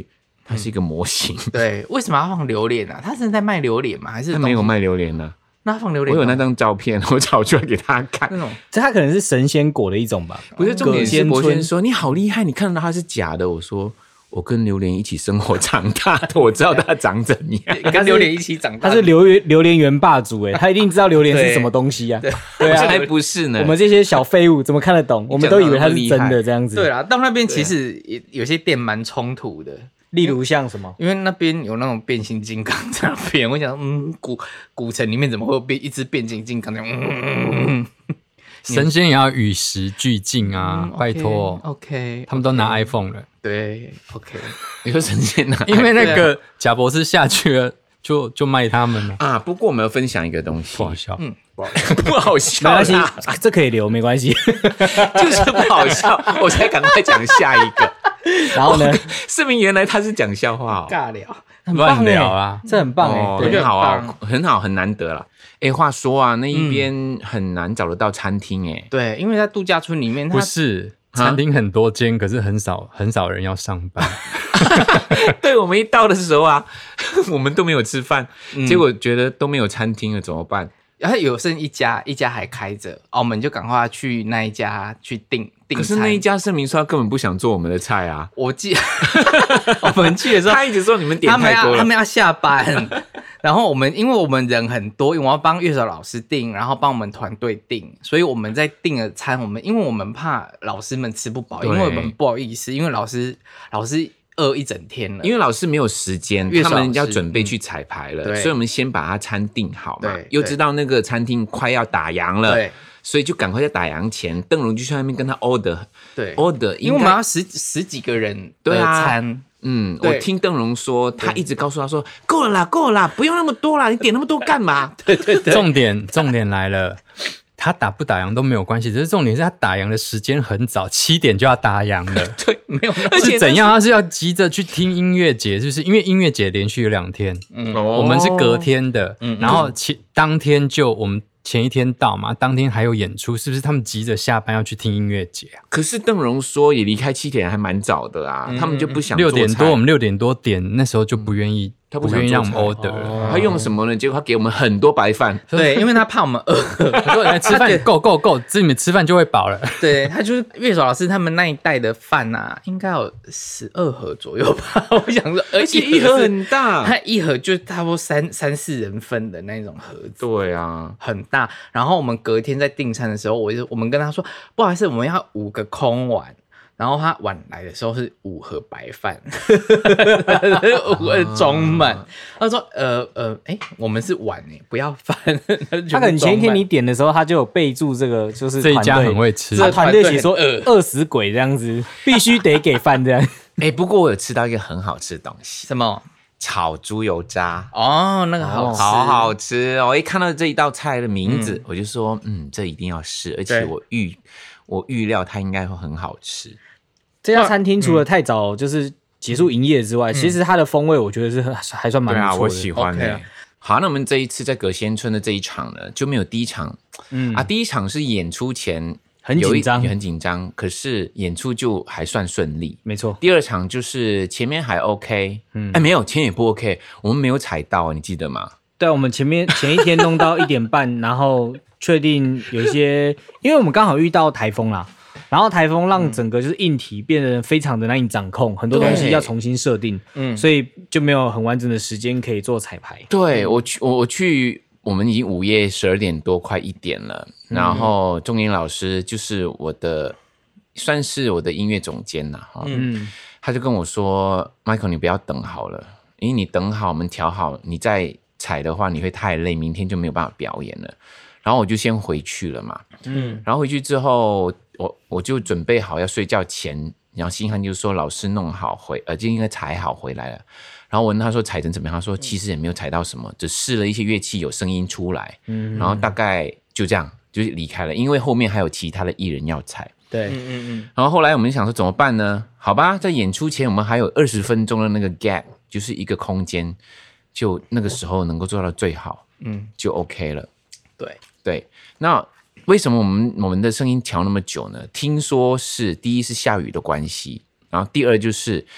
它是一个模型。 对，为什么要放榴莲啊？他是在卖榴莲吗？还是他没有卖榴莲呢、啊？ 那他放榴莲？ 我有那张照片，我找出来给他看。 那种， 这它可能是神仙果的一种吧？ 不是，重点是博轩说你好厉害，你看到它是假的。我说我跟榴莲一起生活长大的，我知道它长怎样。 你跟榴莲一起长大， 他是榴莲榴莲园霸主哎，他一定知道榴莲是什么东西啊？ 对啊，还不是呢。 我们这些小废物怎么看得懂？我们都以为它是真的这样子。 对啦，到那边其实有些店蛮冲突的。 例如像什么？ 因为那边有那种变形金刚在那边，我想，嗯，古古城里面怎么会有变一只变形金刚这样？嗯， 神仙也要与时俱进啊！嗯、拜托 ，OK， 他们都拿 iPhone 了。 对 ，OK， 你说神仙拿， 因为那个贾博士下去了，就就卖他们了啊。不过我们要分享一个东西， 不好笑， 嗯， 不好笑，不好笑， 没关系，这可以留，没关系， 就是不好笑，我才赶快讲下一个。 然后呢？ 市民原来他是讲笑话、哦， 尬聊， 很棒乱聊啊， 这很棒哎、 哦，很好啊，很好，很难得啦。哎，话说啊，那一边很难找得到餐厅哎、嗯。 对，因为在度假村里面， 不是餐厅很多间，可是很少很少人要上班。 对，我们一到的时候啊，我们都没有吃饭，嗯、结果觉得都没有餐厅了，怎么办？ 然后有剩一家，一家还开着，哦，我们就赶快去那一家去订订。 可是那一家声明说他根本不想做我们的菜啊！ 我记我们去的时候， 他一直说你们点太多了， 他们要他们要下班，然后我们因为我们人很多，因为我要帮乐手老师订，然后帮我们团队订，所以我们在订的餐，我们因为我们怕老师们吃不饱，因为我们不好意思，因为老师老师。饿一整天了， 因为老师没有时间，他们要准备去彩排了，嗯、所以我们先把他餐订好嘛，又知道那个餐厅快要打烊了，对，所以就赶快在打烊前，邓荣就去那边跟他 order， 对 order， 因为我们要十十几个人的餐。啊嗯，我听邓荣说，他一直告诉他说：“够了啦，够了啦，不用那么多啦，你点那么多干嘛？” 对对对， 重点重点来了。他打不打烊都没有关系，只是重点是他打烊的时间很早，七点就要打烊了。 对，没有， 而且怎样？他是要急着去听音乐节，就是因为音乐节连续有两天，嗯，我们是隔天的，嗯，然后前当天就我们前一天到嘛，当天还有演出，是不是他们急着下班要去听音乐节啊？ 可是邓荣说也离开七点还蛮早的啊，嗯、他们就不想六点多，我们六点多点，那时候就不愿意。他不愿意让我们 order，、 哦、他用什么呢？结果他给我们很多白饭， 对，因为他怕我们饿， 他说来吃饭够够够，这你们吃饭就会饱了。 对，他就是乐手老师他们那一代的饭啊，应该有十二盒左右吧。我想说， 而且一盒很大， 他一盒就差不多三三四人份的那种盒子， 对啊， 很大。然后我们隔天在订餐的时候，我就我们跟他说，不好意思，我们要五个空碗。然后他碗来的时候是五盒白饭，五盒装满。他说：“呃呃，哎，我们是碗哎，不要饭。” 他可能前一天你点的时候，他就有备注这个，就是这一家很会吃。 他团队写说饿死鬼这样子，必须得给饭这样。 哎，不过我有吃到一个很好吃的东西， 什么？ 炒猪油渣哦，那个好吃， 好好吃。我一看到这一道菜的名字，嗯、我就说，嗯，这一定要试，而且我预我预料它应该会很好吃。 这家餐厅除了太早就是结束营业之外，嗯、其实它的风味我觉得是还算蛮不错的。对啊， 我喜欢的、欸。Okay 啊、好，那我们这一次在葛仙村的这一场呢，就没有第一场。嗯啊，第一场是演出前很紧张， 很紧张，可是演出就还算顺利。 没错。 第二场就是前面还 OK， 嗯，哎，没有前也不 OK， 我们没有踩到，你记得吗？ 对，我们前面前一天弄到一点半，然后确定有一些，因为我们刚好遇到台风啦。然后台风让整个就是硬体变得非常的难以掌控，很多东西要重新设定，嗯，所以就没有很完整的时间可以做彩排。 对，我去，我我去，我们已经午夜十二点多，快一点了。嗯、然后钟英老师就是我的，算是我的音乐总监呐，嗯，他就跟我说 ，Michael， 你不要等好了，因为你等好，我们调好，你再踩的话，你会太累，明天就没有办法表演了。然后我就先回去了嘛，嗯，然后回去之后。我我就准备好要睡觉前，然后星汉就说老师弄好回，呃，就应该踩好回来了。然后我问他说踩成怎么样，他说其实也没有踩到什么，只试了一些乐器有声音出来，嗯，然后大概就这样就离开了，因为后面还有其他的艺人要踩。 对， 嗯嗯嗯。 然后后来我们想说怎么办呢？好吧，在演出前我们还有二十分钟的那个 gap， 就是一个空间，就那个时候能够做到最好，嗯，就 OK 了。 对对，那。为什么我们我们的声音调那么久呢？听说是第一是下雨的关系，然后第二就是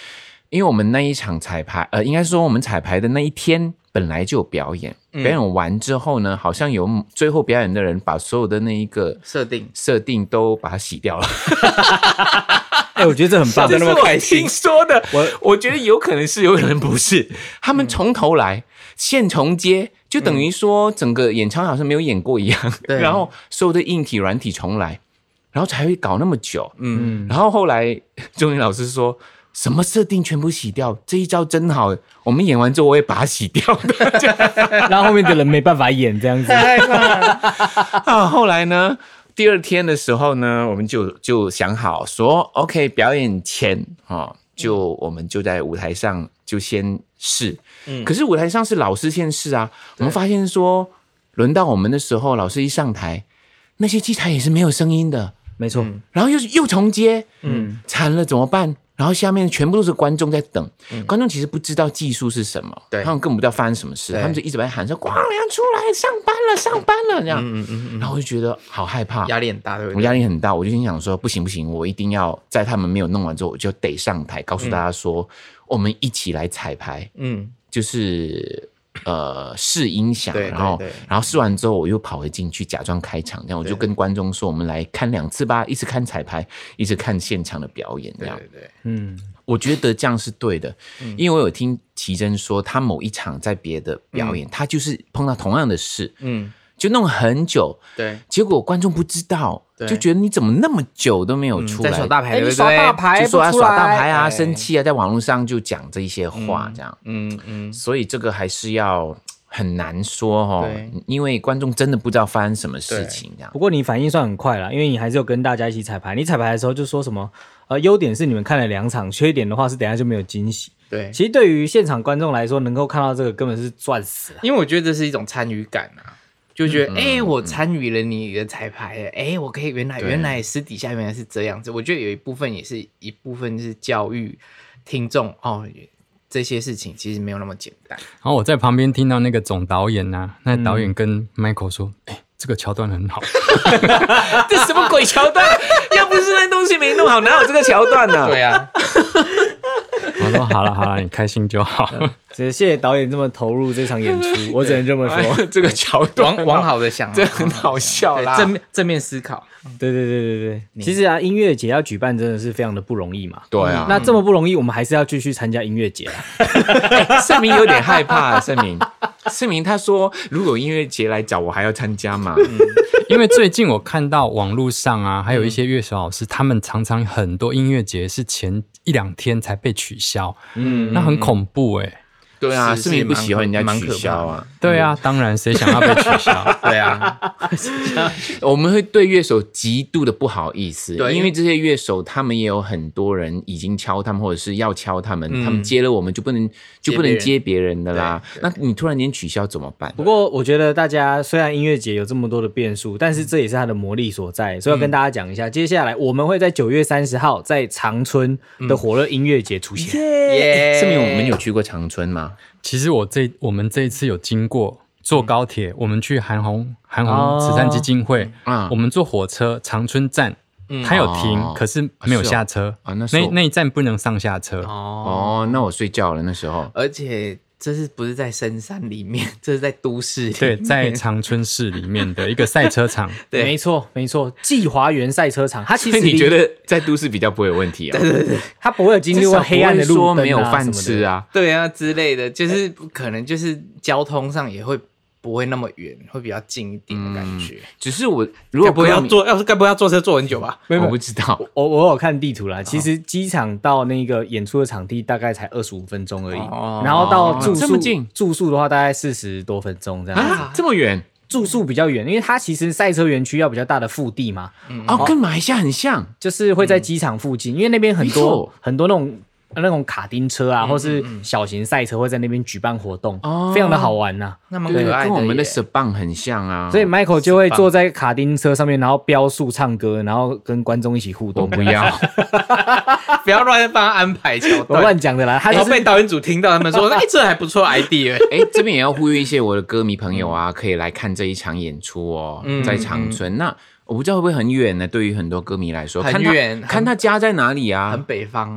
因为我们那一场彩排，呃，应该说我们彩排的那一天本来就有表演，嗯、表演完之后呢，好像有最后表演的人把所有的那一个设定设定都把它洗掉了。 哎、欸，我觉得这很棒， 真的那么开心。 听说的，我我觉得有可能是，有可能不是。他们从头来，现重接，就等于说整个演唱好像没有演过一样。嗯、然后所有的硬体、软体重来，然后才会搞那么久。嗯，然后后来钟林老师说，什么设定全部洗掉，这一招真好。我们演完之后，我也把它洗掉的。 然后后面的人没办法演这样子。 太害怕了啊！后来呢？第二天的时候呢，我们就就想好说 ，OK， 表演前哦，就我们就在舞台上就先试。嗯，可是舞台上是老师先试啊。我们发现说，轮到我们的时候，老师一上台，那些机台也是没有声音的， 没错。 嗯、然后又又重接，嗯，惨了怎么办？然后下面全部都是观众在等，嗯、观众其实不知道技术是什么，对，他们根本不知道发生什么事，他们就一直在喊说：“光良出来上班了，上班了！”这样，嗯嗯嗯，然后我就觉得好害怕， 压力很大，对不对？ 我压力很大，我就心想说：不行不行，我一定要在他们没有弄完之后，我就得上台告诉大家说，嗯、我们一起来彩排，嗯，就是呃试音响，然后然后试完之后，我又跑回进去假装开场，这样我就跟观众说：我们来看两次吧，一直看彩排，一直看现场的表演，这样，对对对，嗯。我觉得这样是对的，嗯、因为我有听奇珍说，他某一场在别的表演，嗯、他就是碰到同样的事，嗯，就弄很久，对，结果观众不知道，就觉得你怎么那么久都没有出来， 嗯、在耍大牌，对不对？ 耍大牌， 就说他耍大牌啊，生气啊，在网络上就讲这一些话，这样，嗯 嗯, 嗯，所以这个还是要。很难说哦，因为观众真的不知道发生什么事情这样。 不过你反应算很快啦，因为你还是有跟大家一起彩排。你彩排的时候就说什么，呃，优点是你们看了两场，缺点的话是等一下就没有惊喜。对，其实对于现场观众来说，能够看到这个根本是赚死了， 因为我觉得这是一种参与感啊，就觉得哎、嗯欸，我参与了你的彩排，哎、欸，我可以原来原来私底下原来是这样子。我觉得有一部分也是一部分是教育听众哦。这些事情其实没有那么简单。 然后我在旁边听到那个总导演啊，那导演跟 Michael 说：“哎、嗯欸，这个桥段很好。” 这什么鬼桥段？要不是那东西没弄好，哪有这个桥段呢、啊？ 对啊。 我说好了好了，你开心就好。 谢谢导演这么投入这场演出，我只能这么说。 哎、这个桥段往往好的想， 这很好笑啦。 正面正面思考。 对对对对对，其实啊，音乐节要举办真的是非常的不容易嘛。 对啊， 那这么不容易，我们还是要继续参加音乐节啊。 欸、盛明有点害怕、啊，盛明，盛明他说，如果音乐节来找我，还要参加吗？嗯、 因为最近我看到网络上啊，还有一些乐手老师，他们常常很多音乐节是前一两天才被取消，嗯，那很恐怖哎、欸。 对啊，盛明不喜欢人家取消啊。 对啊，当然谁想要被取消？ 对啊， 我们会对乐手极度的不好意思，因为这些乐手他们也有很多人已经敲他们，或者是要敲他们，嗯、他们接了我们就不能就不能接别人的啦。那你突然间取消怎么办？ 不过我觉得大家虽然音乐节有这么多的变数，但是这也是它的魔力所在，所以要跟大家讲一下，嗯、接下来我们会在九月三十号在长春的火热音乐节出现。 耶！盛明，我们有去过长春吗？ 其实我这我们这一次有经过坐高铁，嗯、我们去韩红韩红慈善基金会，哦、我们坐火车长春站，嗯、它有停，哦、可是没有下车，啊、那, 那, 那一站不能上下车。 哦, 哦，那我睡觉了那时候， 而且。这是不是在深山里面？这是在都市里面， 对，在长春市里面的一个赛车场。 对，没错，没错，季华园赛车场。它其实你觉得在都市比较不会有问题啊？ 对对对， 它不会有经历过黑暗的路灯、啊、 说没有饭吃啊， 对啊之类的，就是可能就是交通上也会。不会那么远，会比较近一点的感觉。嗯、 只是我如果不要坐，要是该不会要坐车坐很久吧？ 没有，我不知道。 我我有看地图啦，其实机场到那个演出的场地大概才二十五分钟而已，哦、然后到住宿、哦、这么近，住宿的话大概四十多分钟这样子、 啊，这么远。 住宿比较远，因为它其实赛车园区要比较大的腹地嘛。 嗯、哦，跟马来西亚很像， 就是会在机场附近，嗯、因为那边很多很多那种。那种卡丁车啊，嗯、或是小型赛车会在那边举办活动，哦、非常的好玩呐、啊。 那么可爱的， 跟我们的 Spang 很像啊。 所以 Michael 就会坐在卡丁车上面，然后飙速唱歌，然后跟观众一起互动。 我不要， 不要乱帮他安排桥段， 我乱讲的啦。他、就是、 然后被导演组听到，他们说：“哎、欸，这还不错 idea。” 哎，这边也要呼吁一些我的歌迷朋友啊，可以来看这一场演出哦，嗯、在长春。嗯、那我不知道会不会很远呢？对于很多歌迷来说， 很远， 看他家在哪里啊？ 很北方哦。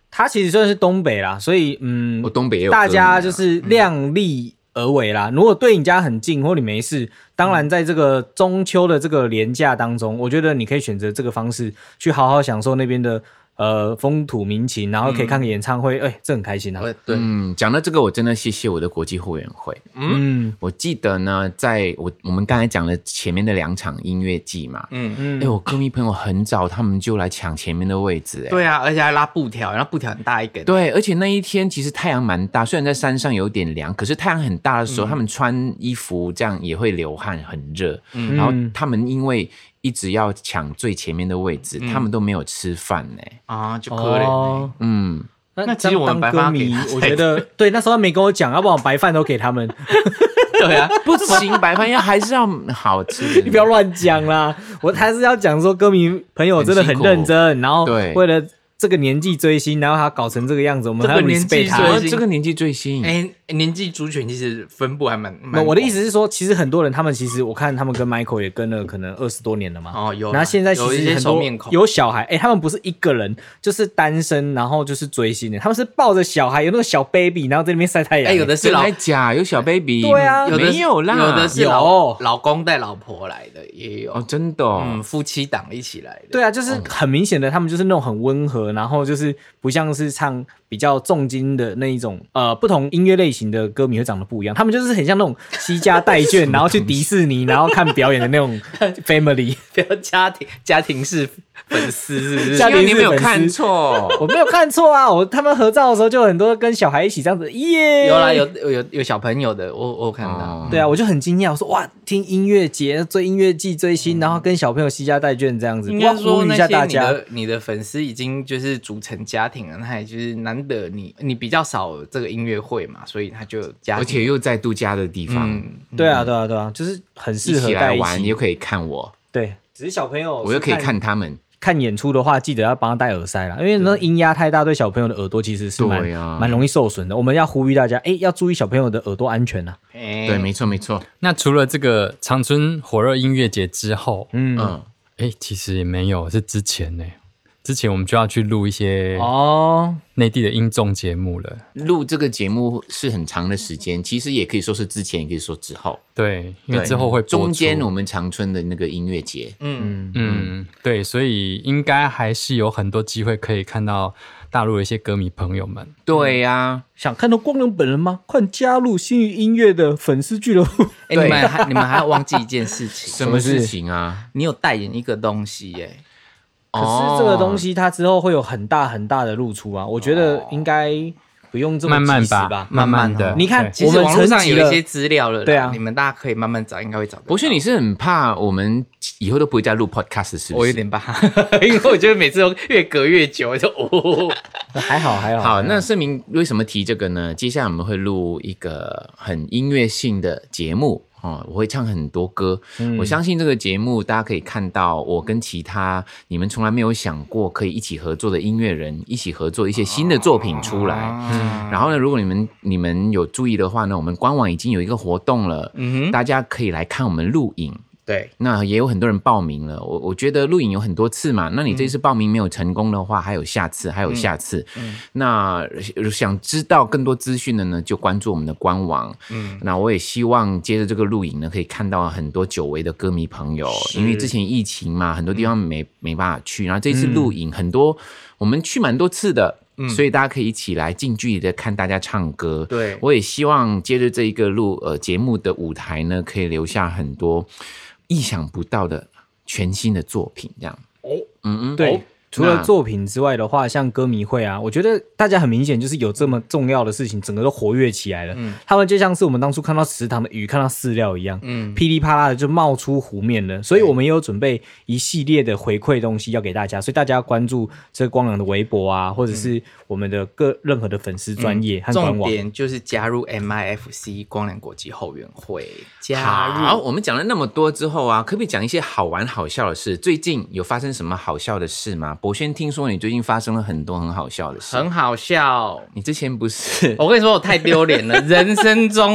他其实算是东北啦，所以嗯， 我东北也有大家歌迷啊就是量力而为啦。如果对你家很近或你没事，当然在这个中秋的这个连假当中，我觉得你可以选择这个方式去好好享受那边的呃风土民情，然后可以看个演唱会，哎、欸，这很开心啊。 对， 嗯，讲到这个，我真的谢谢我的国际后援会。 嗯我记得呢，在我我们刚才讲了前面的两场音乐季嘛， 嗯， 嗯哎、我歌迷朋友很早他们就来抢前面的位置，哎， 对啊，而且还拉布条，然后布条很大一根。 对，而且那一天其实太阳蛮大，虽然在山上有点凉，可是太阳很大的时候，他们穿衣服这样也会流汗，很热。 嗯然后他们因为一直要抢最前面的位置，他们都没有吃饭呢。 啊，就可怜、 哦嗯， 那那其实我们白当歌迷饭给他， 我觉得对，那时候他没跟我讲，要不然我白饭都给他们。 对啊， 不行，白饭要还是要好吃的。 你不要乱讲啦，我还是要讲说歌迷朋友真的很认真，然后对为了这个年纪追星，然后他搞成这个样子，我们还要这个年纪 respect 他。 追啊这个年纪最新。 哎、年纪族群其实分布还蛮蛮。 我的意思是说，其实很多人他们其实我看他们跟 Michael 也跟了可能二十多年了嘛。 哦，有啦。 然后现在其有一些实很多熟面孔， 有小孩，哎、他们不是一个人，就是单身，然后就是追星的，他们是抱着小孩，有那个小 baby， 然后在那边晒太阳。 哎、有的是真的老还假？有小 baby？ 对啊有的没有啦， 有的是老有老公带老婆来的，也有。 哦，真的哦。 嗯，夫妻档一起来的。 对啊，就是很明显的，他们就是那种很温和，然后就是不像是唱比较重金的那一种，呃，不同音乐类型的歌迷会长得不一样，他们就是很像那种惜家带眷，然后去迪士尼，然后看表演的那种 family， 不要家庭家庭式粉丝是不是？ 家庭因为你没有粉丝看错。 我没有看错啊，我他们合照的时候就有很多跟小孩一起这样子，耶， 有啦，有有有有小朋友的，我我有看到。 哦对啊，我就很惊讶，我说哇，听音乐节追音乐季追星，然后跟小朋友惜家带眷这样子， 应该哇呼吁一说那些下大家。 你的你的粉丝已经就是组成家庭了，他也就是难得你你比较少这个音乐会嘛，所以他就有家庭， 而且又在度假的地方， 嗯， 对啊，对啊，对啊，就是很一适合起在一来玩， 起。 又可以看我， 对，只是小朋友我又可以是看他们。 看演出的话，记得要帮他戴耳塞啦，因为那音压太大，对小朋友的耳朵其实是蛮对啊蛮容易受损的。我们要呼吁大家，哎，要注意小朋友的耳朵安全啊。 哎对，没错没错。 那除了这个长春火热音乐节之后， 嗯， 嗯， 哎，其实也没有，是之前呢。之前我们就要去录一些哦， 内地的音综节目了。 录这个节目是很长的时间，其实也可以说是之前，也可以说之后。 对，因为对之后会播出中间我们长春的那个音乐节， 嗯， 嗯，对，所以应该还是有很多机会可以看到大陆的一些歌迷朋友们。 对呀、 想看到光良本人吗？快加入新宇音乐的粉丝俱乐部。 哎、你们还你们还要忘记一件事情， 什么事情啊？ 你有代言一个东西耶、 可是这个东西它之后会有很大很大的露出啊，我觉得应该不用这么慢慢及时吧。 吧， 慢慢的。 你看对其实网络上有一些资料了啦， 对啊你们大家可以慢慢找，应该会找得到。 博轩，你是很怕我们以后都不会再录 podcast 是不是？ 我有点怕，因为我觉得每次都越隔越久，就哦， 还好还好。 好，那盛明为什么提这个呢？接下来我们会录一个很音乐性的节目哦，我会唱很多歌。 嗯我相信这个节目大家可以看到，我跟其他你们从来没有想过可以一起合作的音乐人，一起合作一些新的作品出来。 嗯然后呢，如果你们你们有注意的话呢，我们官网已经有一个活动了， 嗯哼， 大家可以来看我们录影。 对， 那也有很多人报名了，我我觉得录影有很多次嘛，那你这次报名没有成功的话，还有下次，还有下次。 嗯那想知道更多资讯的呢，就关注我们的官网。 嗯， 那我也希望接着这个录影呢，可以看到很多久违的歌迷朋友，因为之前疫情嘛，很多地方没、没办法去，然后这次录影很多，我们去蛮多次的。所以大家可以一起来近距离的看大家唱歌。 对我也希望接着这一个录呃节目的舞台呢，可以留下很多意想不到的全新的作品，这样。 哦， 嗯嗯， 对。 哦除了作品之外的话，像歌迷会啊，我觉得大家很明显就是有这么重要的事情，整个都活跃起来了。 嗯他们就像是我们当初看到池塘的鱼，看到饲料一样， 嗯噼里啪啦的就冒出湖面了。所以我们也有准备一系列的回馈东西要给大家，所以大家要关注这个光良的微博啊，或者是我们的各任何的粉丝专业和官重网。 点就是加入 M I F C 光良国际后援会，加入。 好，我们讲了那么多之后啊，可不可以讲一些好玩好笑的事？最近有发生什么好笑的事吗？博轩，听说你最近发生了很多很好笑的事， 很好笑。 你之前不是我跟你说，我太丢脸了，人生中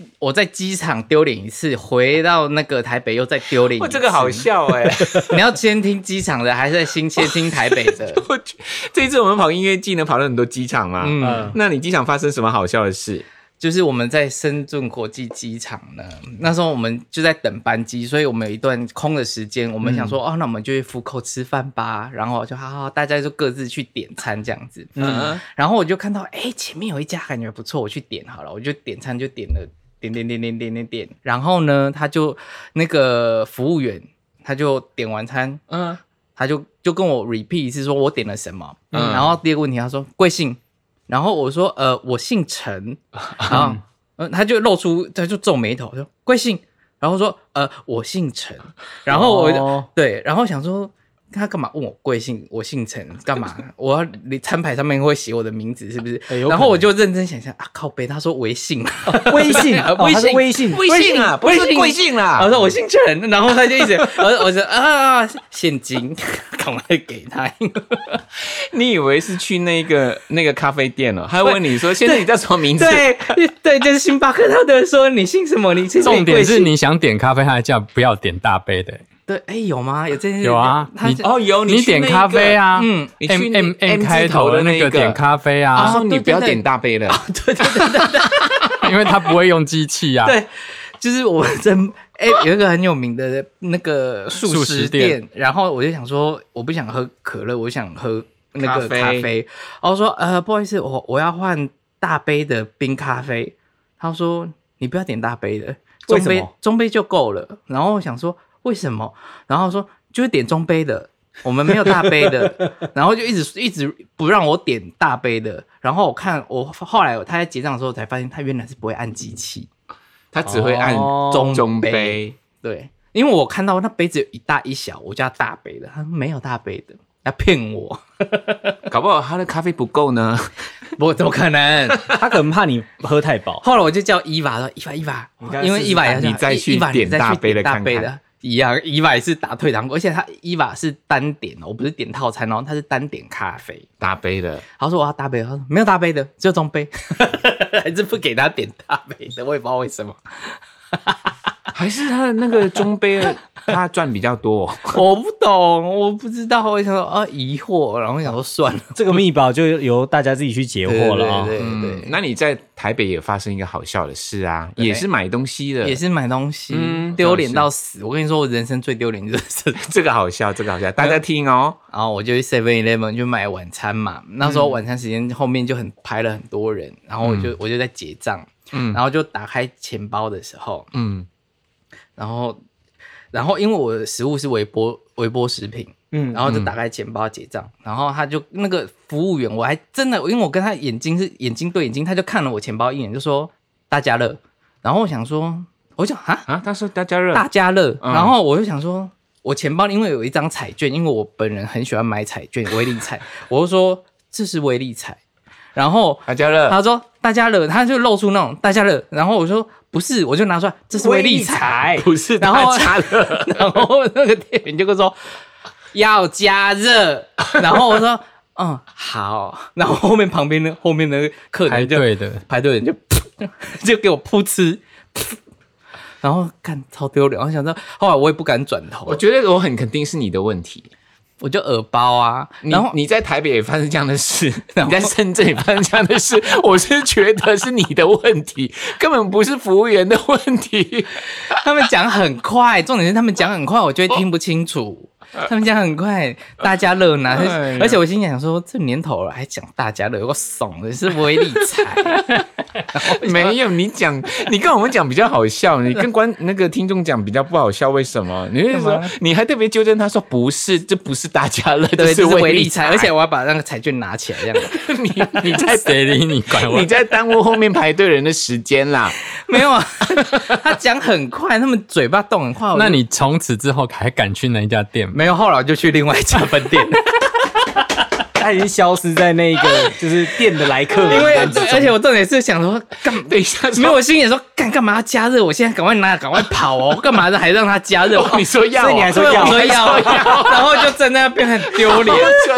我在机场丢脸一次，回到那个台北又再丢脸一次。 哇，这个好笑哎、 欸！你要先听机场的，还是先先听台北的？ 我这一次我们跑音乐季呢，跑了很多机场嘛。 嗯， 那你机场发生什么好笑的事？ 就是我们在深圳国际机场呢，那时候我们就在等班机，所以我们有一段空的时间，我们想说、嗯、哦，那我们就去福口吃饭吧，然后就好好大家就各自去点餐这样子。嗯，然后我就看到哎，前面有一家感觉不错，我去点好了，我就点餐就点了点点点点点点点，然后呢，他就那个服务员他就点完餐，嗯，他就就跟我 repeat 一次说我点了什么，嗯，然后第二个问题他说贵姓。然后我说呃我姓陈，然后、呃、他就露出他就皱眉头说贵姓，然后说呃我姓陈，然后我、哦、对，然后想说他干嘛问我贵姓，我姓陈干嘛？我要你餐牌上面会写我的名字是不是？欸、然后我就认真想想啊，靠北，他说微信， 哦、微信，啊、微信，微信， 微信啊，不是贵姓啦。 我说我姓陈，然后他就一直，我我说啊，现金，赶快给他。 你以为是去那个那个咖啡店了、哦？他问你说：“先生，你叫什么名字？” 对对，就是星巴克，他的说你姓什么？你姓重点是你想点咖啡，他还叫不要点大杯的。 对，哎，有吗？有这件事？ 有啊，你哦有， 你点咖啡啊，嗯， 你去 M M M 开头的那个点咖啡啊， 他说你不要点大杯了， 对对对对对， 因为他不会用机器啊。 对，就是我真哎有一个很有名的那个素食店，然后我就想说，我不想喝可乐，我想喝那个咖啡，然后说呃不好意思，我我要换大杯的冰咖啡，他说你不要点大杯的，中杯中杯就够了，然后我想说。为什么？然后说就是点中杯的，我们没有大杯的，然后就一直一直不让我点大杯的。然后我看我后来他在结账的时候才发现，他原来是不会按机器， 他只会按中中杯。杯对，因为我看到那杯子有一大一小，我叫大杯的，他没有大杯的，要骗我。 搞不好他的咖啡不够呢。 不，怎么可能？ 他可能怕你喝太饱。 后来我就叫伊娃说：“伊娃，伊娃，因为伊娃你再去点大杯的看看。” 一样，伊娃也是打退堂鼓，而且他伊娃是单点哦，我不是点套餐哦，他是单点咖啡大杯的。 他说我要大杯的，他说没有大杯的，只有中杯，还是不给他点大杯的，我也不知道为什么。 还是他的那个中杯他赚比较多、哦， 我不懂，我不知道，我想说啊疑惑，然后想说算了， 这个秘宝就由大家自己去解惑了啊、哦。 对对 对, 对、 嗯，那你在台北也发生一个好笑的事啊，也是买东西的， 也是买东西，嗯、丢脸到死。我跟你说，我人生最丢脸就是这个好笑，这个好笑，大家听哦。 然后我就去 seven eleven 就买晚餐嘛，那时候晚餐时间后面就很排了很多人，然后我就、嗯、我就在结账，嗯，然后就打开钱包的时候，嗯。然后，然后因为我的食物是微波微波食品，嗯，然后就打开钱包结账，嗯、然后他就那个服务员，我还真的，因为我跟他眼睛是眼睛对眼睛，他就看了我钱包一眼，就说大家乐，然后我想说，我就啊啊，他说大家乐， 大家乐，嗯、然后我就想说，我钱包因为有一张彩券，因为我本人很喜欢买彩券，威力彩，我就说这是威力彩，然后大家乐， 他说大家乐，他就露出那种大家乐，然后我说。不是，我就拿出来，这是威力彩， 不是大家乐。 然后那个店员就跟我说要加热，然后我说嗯好，然后后面旁边的后面的客人就排队的排队人就就给我噗嗤，然后看超丢脸，然后想到后来我也不敢转头， 我觉得我很肯定是你的问题。 我就耳包啊，然后你, 你在台北也发生这样的事，你在深圳也发生这样的事，我是觉得是你的问题，根本不是服务员的问题。 他们讲很快，重点是他们讲很快，我就会听不清楚。他们讲很快，大家乐拿，哎、而且我心想说，这年头了还讲大家乐，我怂的是威力彩。 没有，你讲，你跟我们讲比较好笑，你跟观那个听众讲比较不好笑，为什么？你会说，你还特别纠正他说不是，这不是大家乐， 对， 这是威力彩， 而且我要把那个彩券拿起来，这样。 你你在谁理你管我？ 你在耽误后面排队人的时间啦。 没有啊，他讲很快，他们嘴巴动很快。 那你从此之后还敢去那一家店吗？ 没有，后来我就去另外一家分店。 他已经消失在那个就是店的来客名因为而且我重点是想说，干等一下， 没有，我心里说，干干嘛要加热？我现在赶快拿，赶快跑哦！干嘛还让他加热？ 哦、你说要、哦， 所以你还说要， 我说要，然后就站在那边很丢脸。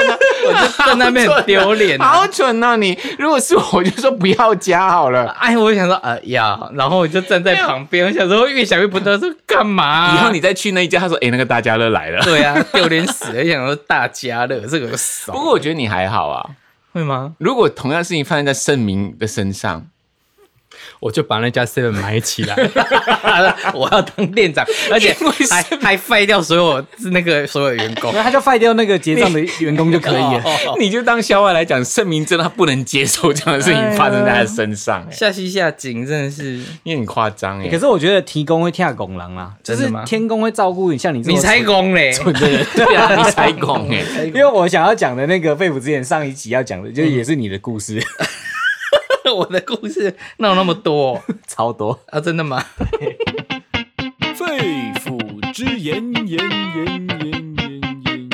我就在那边很丢脸、啊， 好蠢哦你！如果是我，我就说不要加好了。 哎，我就想说呃要，然后我就站在旁边，我想说越想越不对，说干嘛、啊？ 以后你再去那一家，他说哎、欸、那个大家乐来了。 对啊，丢脸死了！想说大家乐这个有少。 不过我觉得你还好啊， 会吗？ 如果同样的事情发生在盛明的身上。 我就把那家 seven 买起来， 我要当店长，而且还还废掉所有那个所有员工， 他就废掉那个结账的员工就可以了。 你就当笑话来讲，盛明真的他不能接受这样的事情发生在他身上、欸， 下西下井真的是你很夸张哎。 可是我觉得提供会跳拱狼啦，就是天公会照顾你，像你这你才公嘞， 蠢的人， 对啊，你才公哎。 因为我想要讲的那个肺腑之言上一集要讲的，就也是你的故事。 我的故事哪有那么多？ 超多啊！真的吗？ 肺腑之言，言言言言言言。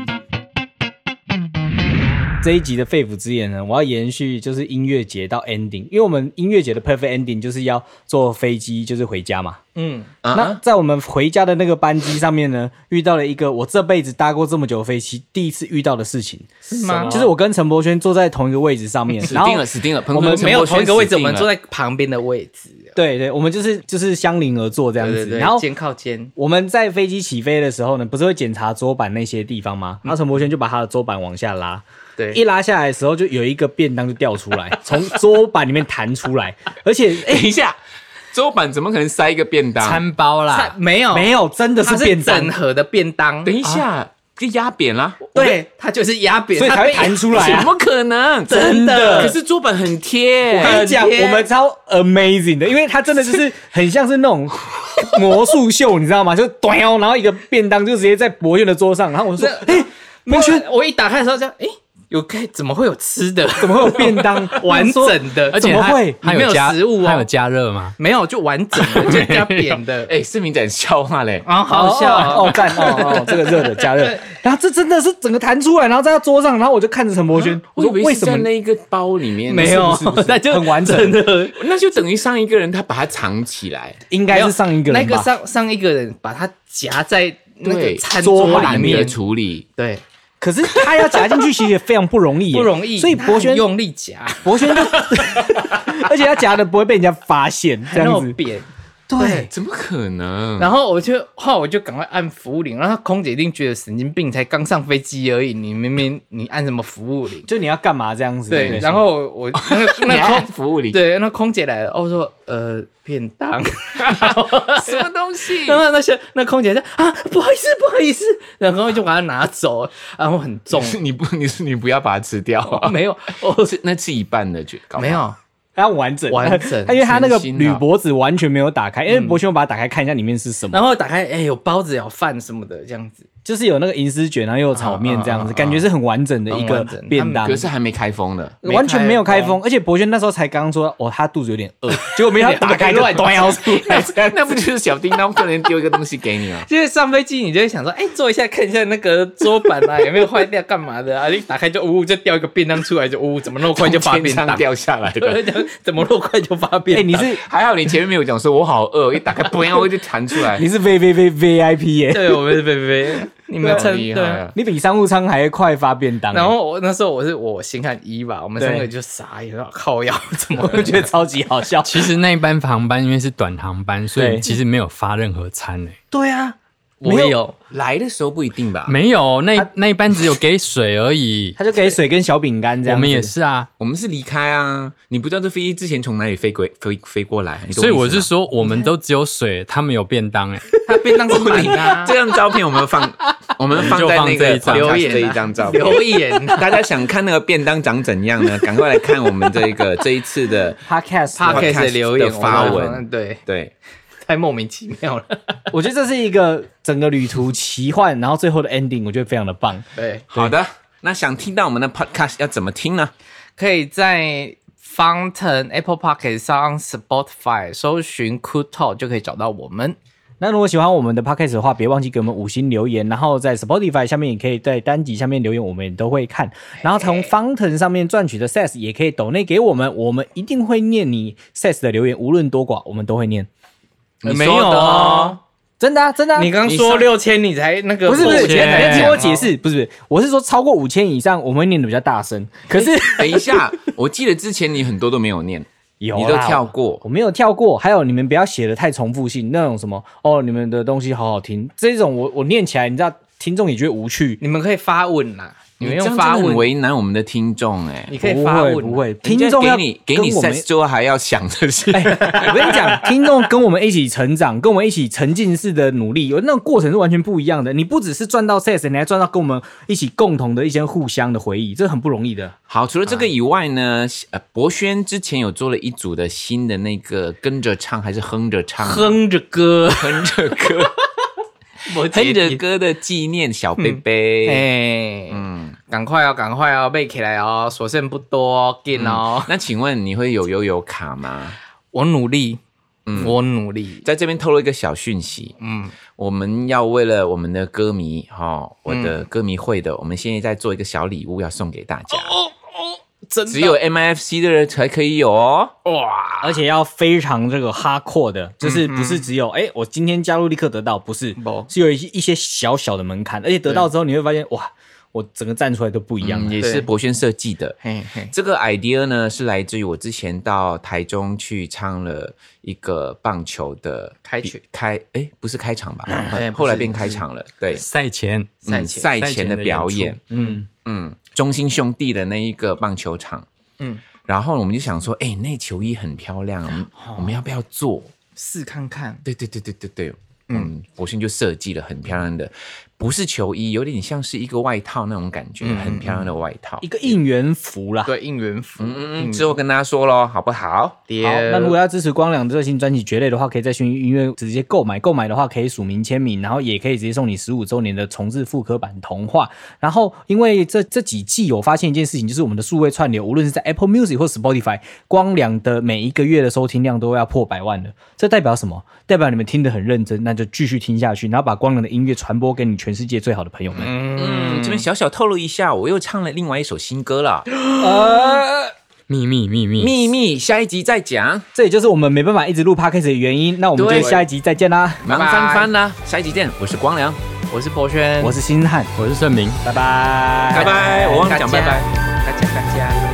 这一集的肺腑之言呢，我要延续就是音乐节到 ending， 因为我们音乐节的 perfect ending 就是要坐飞机就是回家嘛。嗯，那在我们回家的那个班机上面呢，遇到了一个我这辈子搭过这么久的飞机第一次遇到的事情， 是吗？ 就是我跟陈柏轩坐在同一个位置上面， 死定了，死定了！ 我们没有同一个位置，我们坐在旁边的位置。 对对，我们就是就是相邻而坐这样子， 对对对， 然后肩靠肩。 我们在飞机起飞的时候呢，不是会检查桌板那些地方吗？然后陈柏轩就把他的桌板往下拉。 对， 一拉下来的时候，就有一个便当就掉出来，从桌板里面弹出来，而且等一下，桌板怎么可能塞一个便当？ 餐包啦， 没有没有，真的是便当， 整盒的便当。 等一下，就压扁啦。 对，它就是压扁， 所以才会弹出来、啊。 怎么可能？ 真的？ 可是桌板很贴。 我跟你讲，我们超 amazing 的，因为它真的就是很像是那种魔术秀，你知道吗？就端，然后一个便当就直接在博轩的桌上，然后我就说，哎，博轩， 我一打开的时候就，哎。有该怎么会有吃的？ 怎么会有便当完整的？ 而且怎么会还有加食物哦？ 还有加热吗？ 没有，就完整的，就加扁的。 哎，是明仔笑话嘞啊，好笑哦，赞哦哦，这个热的加热，然后这真的是整个弹出来，然后在他桌上，然后我就看着陈柏轩，我说为什么那一个包里面没有？ 那就很完整的， 那就等于上一个人他把它藏起来， 应该是上一个人那个上上一个人把它夹在那个餐桌里面处理， 对。 可是他要夹进去，其实也非常不容易， 不容易。 所以博轩用力夹， 博轩就，而且他夹的不会被人家发现，这样子扁。 对， 怎么可能？ 然后我就后来我就赶快按服务铃，然后空姐一定觉得神经病，才刚上飞机而已，你明明你按什么服务铃？ 就你要干嘛这样子？ 对，然后我那个那空服务铃， 对，那空姐来了，我说呃便当， 什么东西？ 然后那些那空姐就啊不好意思不好意思，然后就把它拿走，然后很重， 你不你是你不要把它吃掉啊？ 没有， 哦是那吃一半的就没有。 它完整， 完整， 因为它那个铝箔纸完全没有打开，因为博轩我把它打开看一下里面是什么， 然后打开，哎，有包子有饭什么的这样子， 就是有那个银丝卷，然后又有炒面这样子，感觉是很完整的一个便当。 可是还没开封的， 完全没有开封，而且博轩那时候才刚说，哦，他肚子有点饿，结果没想到打开就端腰出来， 那不就是小叮当可能丢一个东西给你吗？ 就是上飞机你就会想说，哎，坐一下看一下那个桌板啊有没有坏掉，干嘛的啊？一打开就呜就掉一个便当出来，就呜怎么那么快就发便当掉下来的？ 怎么那么快？就发便当， 哎，你是还好，你前面没有讲说我好饿，一打开嘣，我就弹出来。 你是 V V V V I P 耶？ 对，我们是 V V V， 你们称对， 你比商务舱还快发便当。 然后我那时候我是我先看一吧，我们三个就傻眼，靠腰怎么我觉得超级好笑。 其实那一班航班因为是短航班，所以其实没有发任何餐诶。 对啊。 我也有来的时候不一定吧？ 没有，那那一班只有给水而已， 他就给水跟小饼干这样。 我们也是啊， 我们是离开啊。你不知道这飞机之前从哪里飞过飞飞过来， 所以我是说，我们都只有水，他们有便当哎， 他便当是满的。 这张照片我们放，我们放在那个留言这一张照片。 留言， 大家想看那个便当长怎样呢？赶快来看我们这个这一次的 podcast podcast 的留言发文。 对对。 太莫名其妙了， 我觉得这是一个整个旅途奇幻，然后最后的 ending， 我觉得非常的棒。 对， 好的，那想听到我们的 podcast 要怎么听呢？ 可以在 Fountain、Apple Podcast 上 Spotify 搜寻 Cool Talk 就可以找到我们。 那如果喜欢我们的 podcast 的话，别忘记给我们五星留言，然后在 Spotify 下面也可以在单集下面留言，我们也都会看。然后从 Fountain 上面赚取的 S A S 也可以抖内给我们，我们一定会念你 S A S 的留言，无论多寡，我们都会念。 没有哦， 真的啊，真的啊。 你刚说六千，你才那个不是不是，你五千要听我解释，不是不是，我是说超过五千以上，我们会念的比较大声。可是等一下，我记得之前你很多都没有念， 有你都跳过， 我没有跳过。还有你们不要写的太重复性，那种什么哦，你们的东西好好听，这种我我念起来，你知道听众也觉得无趣。 你们可以发问啦，你们这样用发问真的很为难我们的听众哎。 你可以发问， 不会不会， 人家听众要给你给你跟我们 set 之后还要想的是， 我跟你讲，听众跟我们一起成长，跟我们一起沉浸式的努力，有那种过程是完全不一样的。你不只是赚到 sales， 你还赚到跟我们一起共同的一些互相的回忆，这很不容易的。 好，除了这个以外呢，呃，博轩之前有做了一组的新的那个跟着唱还是哼着唱， 哼着歌， 哼着歌，哼着歌的纪念小贝贝。 哎，嗯，赶快哦，赶快哦，背起来哦，所剩不多，紧哦。 那请问你会有悠游卡吗？ 我努力，嗯，我努力。 在这边透露一个小讯息，嗯，我们要为了我们的歌迷哈、哦，我的歌迷会的，我们现在在做一个小礼物要送给大家。 哦哦，真的只有 M I F C 的人才可以有哦。 哇！ 而且要非常这个 hardcore 的，就是不是只有哎、嗯欸，我今天加入立刻得到，不是， 不是有一些一些小小的门槛，而且得到之后你会发现哇，我整个站出来都不一样了、 嗯，也是博轩设计的。 嘿嘿， 这个 idea 呢是来自于我之前到台中去唱了一个棒球的开曲开，哎，不是开场吧？ 哎后来变开场了。对， 赛前赛前赛前的表演， 嗯嗯，中兴兄弟的那一个棒球场，嗯，然后我们就想说，哎，那球衣很漂亮，我们我们要不要做？ 试看看。 对对对对对对，嗯，博轩就设计了很漂亮的。不是球衣，有点像是一个外套那种感觉，嗯、很漂亮的外套， 一个应援服啦。 对，应援服。 嗯嗯嗯，之后跟大家说咯，好不好？ 好，那如果要支持光良的热心专辑《蕨类》的话，可以在讯音乐直接购买。购买的话可以署名签名，然后也可以直接送你十五周年的重制复刻版童话。然后，因为这这几季我发现一件事情，就是我们的数位串流，无论是在 Apple Music 或 Spotify， 光良的每一个月的收听量都要破百万了。这代表什么？代表你们听得很认真，那就继续听下去，然后把光良的音乐传播给你全世界最好的朋友们。 嗯，这边小小透露一下，我又唱了另外一首新歌了。 呃， 秘密秘密秘密，下一集再讲。 这也就是我们没办法一直录 podcast 的原因。那我们就下一集再见啦， 忙翻翻啦，下一集见。我是光良， 我是博轩， 我是星汉， 我是盛明， 拜拜， 拜拜。我忘了讲拜拜， 大家大家。